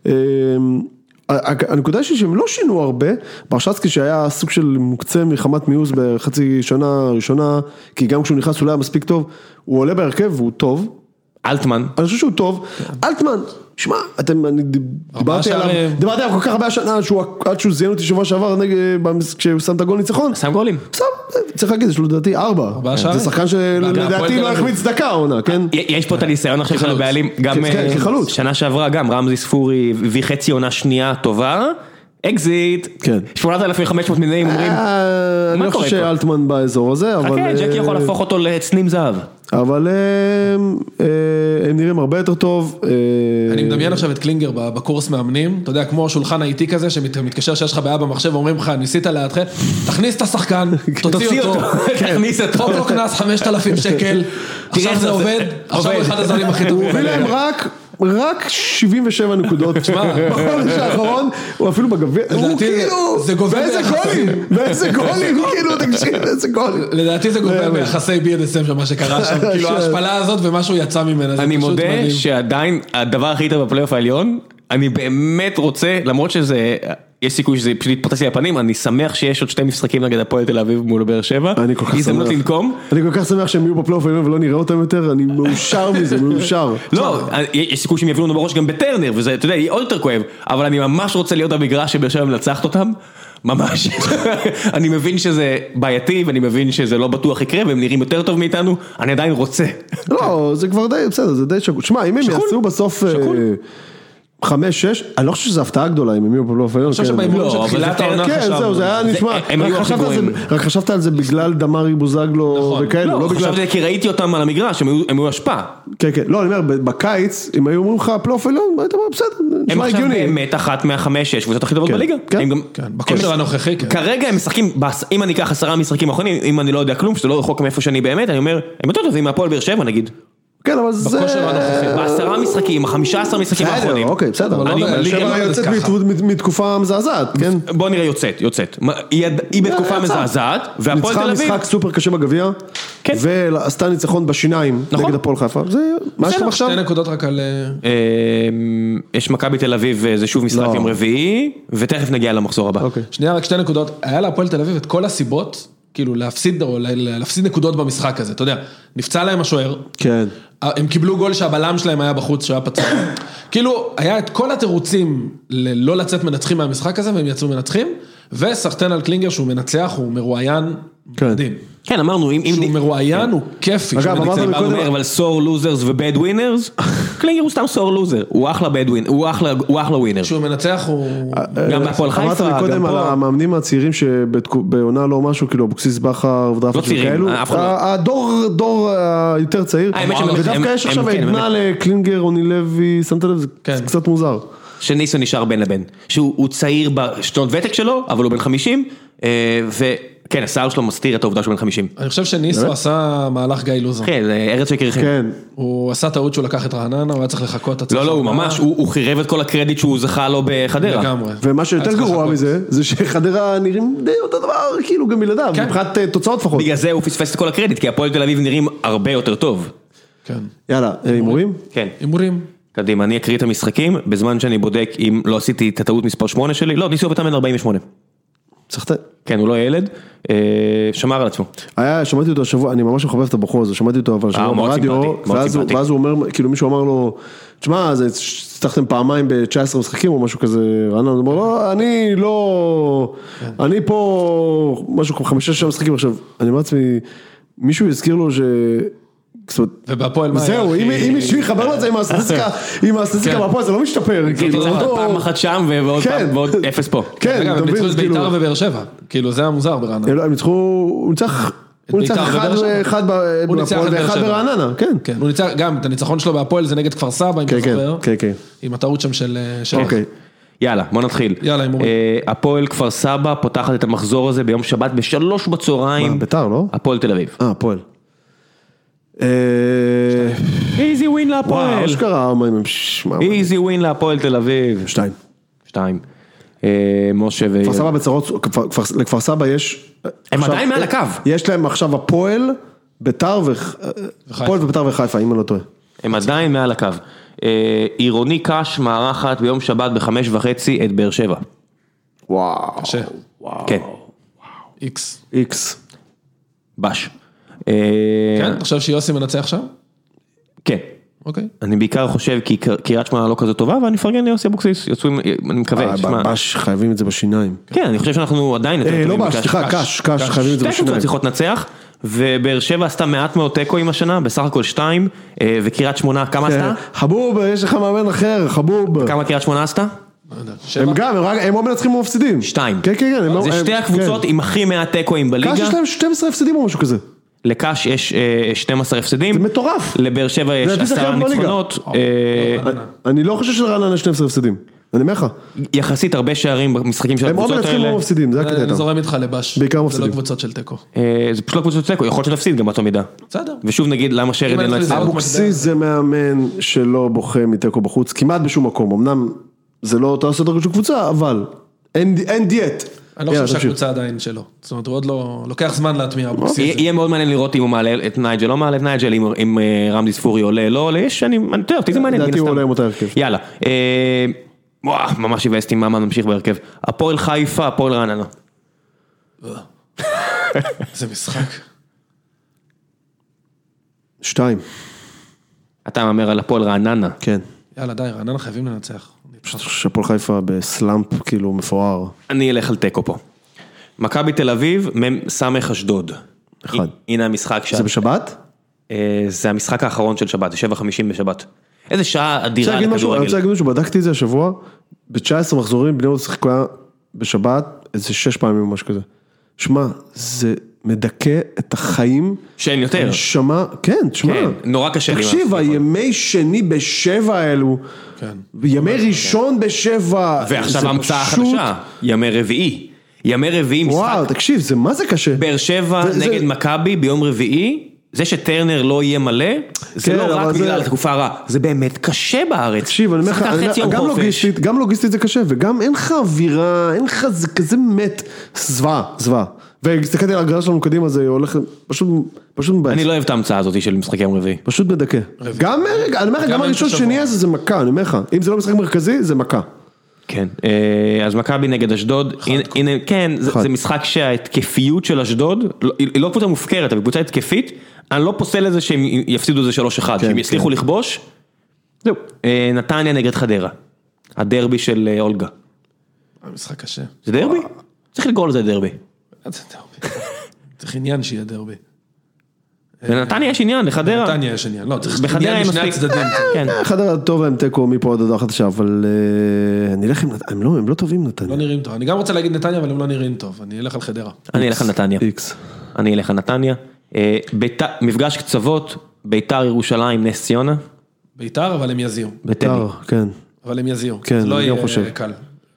הנקודה שלי שהם לא שינו הרבה, ברשצקי שהיה סוג של מוקצה מחמת מיוס בחצי שנה ראשונה, כי גם כשהוא נכנס הוא לא היה מספיק טוב, הוא עולה בהרכב והוא טוב. אלטמן. אני חושב שהוא טוב. אלטמן, שמע, אני דיברתי עליו כל כך הרבה השנה, עד שהוא זיין אותי שבוע שעבר, כשהוא שם את הגול ניצחון. שם גולים. צריך להגיד, יש לו לדעתי 4. זה שחקן שלדעתי לא החמיץ דקה העונה, כן? יש פה את הניסיון עכשיו של הבעלים, גם שנה שעברה, גם רמזי ספורי הביא חצי עונה שנייה טובה, אקזיט, 8,500 מנהים אומרים, אני לא חושב שאלטמן באזור הזה, אבל... חכה, ג'קי יכול להפוך אותו לצנים זהב. אבל הם נראים הרבה יותר טוב. אני מדמיין עכשיו את קלינגר בקורס מאמנים, אתה יודע, כמו השולחן האיטי כזה, שמתקשר שיש לך בעיה במחשב, ואומרים לך, ניסית לידכם, תכניס את השחקן, תוציא אותו, תכניס אותו. חוק לו קנס 5,000 שקל, עכשיו זה עובד, עכשיו הוא אחד הזרים הכי טובים. הוא הביא להם רק 77 נקודות, בחודש האחרון, הוא אפילו בגביע, הוא כאילו, ואיזה גולים, כאילו, תקשיב, איזה גולים. לדעתי זה גובל ביחסי BDSM של מה שקרה שם, כאילו ההשפלה הזאת ומשהו יצא ממנה. אני מודה שעדיין הדבר הכי טוב בפלייאוף העליון, אני באמת רוצה, למרות שזה, יש סיכוי שזה פשוט יתפרץ לי הפנים, אני שמח שיש עוד 2 משחקים נגד הפועל תל אביב מול באר שבע, הזדמנות לנקום. אני כל כך שמח שהם יהיו בפלייאוף העליון ולא נראה אותם יותר, אני מאושר מזה, מאושר. לא, יש סיכוי שהם יביאו לנו בראש גם בטרנר, וזה, אתה יודע, יהיה עוד יותר כואב, אבל אני ממש רוצה להיות במגרש שבאר שבע מנצחת אותם, ממש. אני מבין שזה בעייתי, ואני מבין שזה לא בטוח יקרה, והם נראים יותר טוב מאיתנו, אני עדיין רוצה. לא, זה כבר די, בסדר, זה די שקול. שמע, אם הם יעשו בסוף 5-6, אני לא חושב שזו הפתעה גדולה אם הם יהיו בפלייאוף העליון. אני חושב שבאימון שתחילת העונה חשבנו. כן, זהו, זה היה נשמע. רק חשבת על זה בגלל דמרי בוזגלו וכאלו. לא, חשבתי כי ראיתי אותם על המגרש, הם היו השפעה. כן, כן. לא, אני אומר, בקיץ, אם היו אומרים לך פלייאוף העליון, היית אומר, בסדר, נשמע הגיוני. הם עכשיו באמת אחת מה-5-6, וזאת הכי טובות בליגה. כן, בכושר הנוכחי. כרגע הם משחקים, אם אני אקח 10 משחקים האחרונים, אם אני לא יודע כלום, שזה לא רחוק מאיפה שאני באמת, אני אומר, הם יותר טובים מהפועל באר שבע נגיד. כן, אבל זה... ב10 משחקים, 15 משחקים האחרונים. אוקיי, בסדר. שבע יוצאת מתקופה מזעזעת, כן? בוא נראה יוצאת. היא בתקופה מזעזעת, והפועל תל אביב... ניצחה משחק סופר קשה בגביע, ועשתה ניצחון בשיניים נגד הפועל חיפה. זה מה יש לכם עכשיו? 2 נקודות רק על... יש מכבי תל אביב, זה שוב משחק יום רביעי, ותכף נגיע למחזור הבא. שנייה, רק 2 נקודות. היה להפועל תל אביב את כל הסיבות, כאילו להפסיד נקודות במשחק הזה, אתה יודע, נפצע להם השוער, כן. הם קיבלו גול שהבלם שלהם היה בחוץ, שהיה פצוע, כאילו היה את כל התירוצים לא לצאת מנצחים מהמשחק הזה, והם יצאו מנצחים, וסחטן על קלינגר שהוא מנצח, הוא מרואיין מדהים. כן, אמרנו, שהוא מרואיין הוא כיפי. אגב, אמרת מקודם, אבל סור לוזרס ובד ווינרס, קלינגר הוא סתם סור לוזר, הוא אחלה בד ווינר, הוא אחלה ווינר. כשהוא מנצח הוא... גם בהפועל חיפה, אמרת מקודם על המאמנים הצעירים שבעונה לא משהו, כאילו אבוקסיס בכר ודרפת כאלו, הדור היותר צעיר, ודווקא יש עכשיו עדנה לקלינגר, רוני לוי, שמת לב, זה קצת מוזר. שניסו נשאר בין לבין, שהוא צעיר בשנות ותק שלו, אבל הוא בן 50, כן, השיער שלו מסתיר את העובדה שהוא בן 50. אני חושב שניסו עשה מהלך גיא לוזון. כן, זה ארץ שקריכם. כן. הוא עשה טעות שהוא לקח את רעננה, הוא היה צריך לחכות את לא, הוא ממש, הוא חירב את כל הקרדיט שהוא זכה לו בחדרה. לגמרי. ומה שיותר גרוע מזה, זה שחדרה נראים די אותו דבר, כאילו גם בלעדיו, מבחינת תוצאות לפחות. בגלל זה הוא פספס את כל הקרדיט, כי הפועל תל אביב נראים הרבה יותר טוב. כן. יאללה, הימורים? כן. הימורים. קדימה, אני אקריא את המשחקים, בזמן שאני בודק אם לא עשיתי את הטעות מספר 8 שלי, לא, ניסו בטמן 48. צריך את... כן, הוא לא ילד, שמר על עצמו. שמעתי אותו השבוע, אני ממש מחבב את הבחור הזה, שמעתי אותו אבל השבוע ברדיו, ואז הוא אומר, כאילו מישהו אמר לו, תשמע, הצלחתם פעמיים ב-19 משחקים או משהו כזה, רענן, הוא אומר, לא, אני פה, משהו כמו 5-6 משחקים עכשיו, אני אומר לעצמי, מישהו יזכיר לו ש... ובהפועל מה היה? זהו, אם מישהו יחבר לו את זה עם הסטטיסטיקה בהפועל, זה לא משתפר. פעם אחת שם ועוד 0 פה. כן, הם ניצחו את בית"ר ובאר שבע, כאילו זה המוזר ברעננה. הם ניצחו, הוא ניצח אחד בהפועל ואחד ברעננה, כן. הוא ניצח, גם את הניצחון שלו בהפועל זה נגד כפר סבא, אם אתה זוכר. כן. עם הטעות שם של... אוקיי. יאללה, בוא נתחיל. יאללה, הימורים. הפועל כפר סבא פותחת את המחזור הזה ביום שבת ב3 בצהריים. בית"ר, לא? הפועל תל אביב. הפועל. איזי ווין להפועל. וואו, שקרה, איזי ווין להפועל תל אביב. 2. משה ו... כפר סבא בצרות, לכפר סבא יש... הם עדיין מעל הקו. יש להם עכשיו הפועל, בית"ר וחיפה, אם אני לא טועה. הם עדיין מעל הקו. עירוני קש מארחת ביום שבת ב5:30 את באר שבע. וואו. קשה. כן. איקס. בש. כן, אתה חושב שיוסי מנצח שם? כן. אוקיי. אני בעיקר חושב כי קריית שמונה לא כזה טובה, ואני אפרגן ליוסי אבוקסיס, יצאו, אני מקווה. בש חייבים את זה בשיניים. כן, אני חושב שאנחנו עדיין... לא בש, סליחה, קש חייבים את זה בשיניים. שתי קבוצות צריכות לנצח, ובאר שבע עשתה מעט מאוד תיקואים השנה, בסך הכל 2, וקריית שמונה, כמה עשתה? חבוב, יש לך מאמן אחר, חבוב. כמה קריית שמונה עשתה? הם גם, הם או מנצחים או מפסידים. 2. כן. זה שתי הקבוצות עם הכי מעט תיקואים בליגה. קש יש להם 12 הפסידים או משהו כזה. לקש יש 12 הפסדים. זה מטורף. לבאר שבע יש 10 ניצחונות. אני לא חושב שלרעננה יש 12 הפסדים. אני אומר לך. יחסית הרבה שערים במשחקים של הקבוצות האלה. הם או מנצחים או מפסידים, זה הקטע. אני זורם איתך לבש. בעיקר מפסידים. זה לא קבוצות של טקו. זה פשוט לא קבוצות של טקו, יכול להיות שנפסיד גם באותו מידה. בסדר. ושוב נגיד למה שרד אין להצליח. אבוקסיס זה מאמן שלא בוכה מטקו בחוץ, כמעט בשום מקום. אמנם זה לא אותו סדר של קבוצה, אבל אין דיאט. אני לא חושב שהקבוצה עדיין שלו. זאת אומרת, הוא עוד לא... לוקח זמן להטמיע אבוקסיס. יהיה מאוד מעניין לראות אם הוא מעלה את נייג'ל, לא מעלה את נייג'ל, אם רמדי ספורי עולה, לא עולה, יש, אני יודע, אותי זה מעניין. לדעתי הוא עולה עם אותה הרכב. יאללה. ממש הבאסתי מה נמשיך בהרכב. הפועל חיפה, הפועל רעננה. זה משחק. 2. אתה מאמר על הפועל רעננה. כן. יאללה, די, רעננה חייבים לנצח. שהפועל חיפה בסלאמפ כאילו מפואר. אני אלך על טקו פה. מכבי תל אביב, סמך אשדוד. 1. הנה המשחק. זה בשבת? זה המשחק האחרון של שבת, זה 7:50 בשבת. איזה שעה אדירה לכדורגל. אני רוצה להגיד משהו, בדקתי את זה השבוע, ב-19 מחזורים, בני יהודה שיחקה בשבת, איזה 6 פעמים או משהו כזה. שמע, זה מדכא את החיים. שאין יותר. נשמה, כן, תשמע. כן, נורא קשה. תקשיב, הימי שני ב7 האלו, ימי ראשון ב7. ועכשיו המצאה חדשה, ימי רביעי. ימי רביעי משחק. וואו, תקשיב, זה מה זה קשה? באר שבע נגד מכבי ביום רביעי, זה שטרנר לא יהיה מלא, זה לא רק בגלל התקופה הרעה, זה באמת קשה בארץ. תקשיב, אני אומר לך, גם לוגיסטית זה קשה, וגם אין לך אווירה, אין לך, זה כזה מת, זווה. והסתכלתי על הגרלה שלנו קדימה, זה הולך, פשוט מבאס. אני לא אוהב את ההמצאה הזאת של משחקי יום רביעי. פשוט מדכא. גם הראשון שני הזה זה מכה, אני אומר לך, אם זה לא משחק מרכזי, זה מכה. כן, אז מכבי נגד אשדוד, הנה, כן, זה משחק שההתקפיות של אשדוד, היא לא קבוצה מופקרת, אבל קבוצה התקפית, אני לא פוסל לזה שהם יפסידו זה 3-1, שהם יצליחו לכבוש, זהו, נתניה נגד חדרה, הדרבי של אולגה. המשחק קשה. זה דרבי? צריך לגרול לזה דרבי. זה דרבי. צריך עניין שיהיה דרבי. לנתניה יש עניין, לחדרה. לנתניה יש עניין, לא, צריך עניין משני הצדדים. חדרה טוב להם תיקו מפה עד הודעה חדשה, אבל אני אלך עם נתניה, הם לא טובים נתניה. לא נראים טוב, אני גם רוצה להגיד נתניה, אבל הם לא נראים טוב, אני אלך על חדרה. אני אלך על נתניה. איקס. אני אלך על נתניה. מפגש קצוות, ביתר ירושלים, נס ציונה. ביתר, אבל הם יזיעו. ביתר, כן. אבל הם יזיעו. כן, זה לא אני גם חושב. יהיה קל.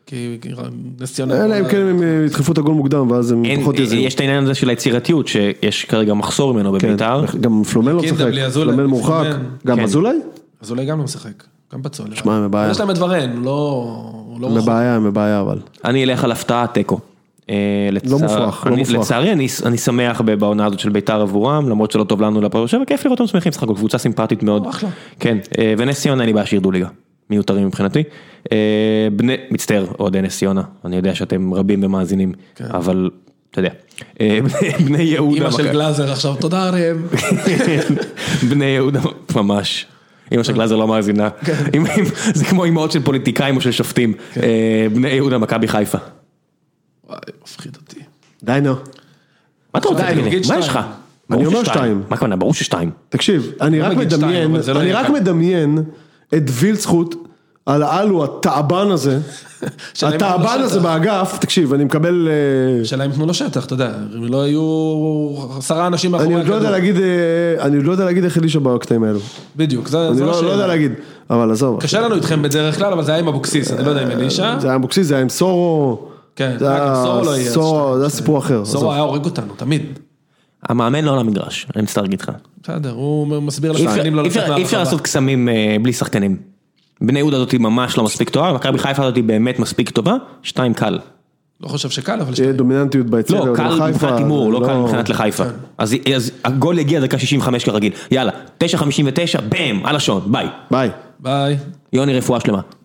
כי נס ציונה... אלא אם כן הם ידחפו את הגול מוקדם, ואז הם פחות יזינו. יש את העניין הזה של היצירתיות, שיש כרגע מחסור ממנו בביתר. גם פלומן לא משחק, פלומן מורחק. גם אזולאי? אזולאי גם לא משחק, גם פצוע. שמע, הם בבעיה. יש להם את ורן, הוא לא רחוק. הם בבעיה, אבל. אני אלך על הפתעה, טקו. לא מופרך, לא מופרך. לצערי, אני שמח בעונה הזאת של ביתר עבורם, למרות שלא טוב לנו לפועל באר שבע, וכיף לראות אותם שמחים, שחקו קבוצה סימפטית מאוד. אחלה. כן, ונס ציונה אין לי בעיה שירדו ליגה, מיותרים מבחינתי. מצטער, עוד נס ציונה, אני יודע שאתם רבים במאזינים, אבל אתה יודע, בני יהודה... אמא של גלאזר עכשיו, תודה ראם. בני יהודה, ממש. אמא של גלאזר לא מאזינה. זה כמו אמאות של פוליטיקאים או של שופטים. בני יהודה, מכבי חיפה. וואי, מפחיד אותי. די נו. מה אתה רוצה? מה יש לך? אני אומר 2. מה כמובן? ברור ש2. תקשיב, אני רק מדמיין את וילצחוט על האלו, התאבן הזה, באגף, תקשיב, אני מקבל... שאלה אם תנו לו שטח, אתה יודע, אם לא היו 10 אנשים מאחורי אני עוד לא יודע להגיד איך אלישע בקטעים האלו. בדיוק, זה אני לא יודע להגיד, אבל עזוב. קשה לנו איתכם בדרך כלל, אבל זה היה עם אבוקסיס, אני לא יודע אם אלישע. זה היה עם אבוקסיס, זה היה עם סורו. כן, סורו לא יהיה. זה הסיפור אחר. סורו היה הורג אותנו, תמיד. המאמן לא למגרש, אני מצטער להגיד לך. בסדר, הוא מסביר לשחקנים לא לצאת מהרחבה. אי אפשר לעשות קסמים בלי שחקנים. בני יהודה הזאת ממש לא מספיק טובה, מכבי חיפה הזאת באמת מספיק טובה, 2 קל. לא חושב שקל, אבל... שיהיה דומיננטיות ביציאה. לא, קל מבחינת הימור, לא קל מבחינת לחיפה. אז הגול יגיע דקה 65 כרגיל. יאללה, 9:59, בם, על השעון, ביי. ביי. ביי. יוני, רפואה שלמה.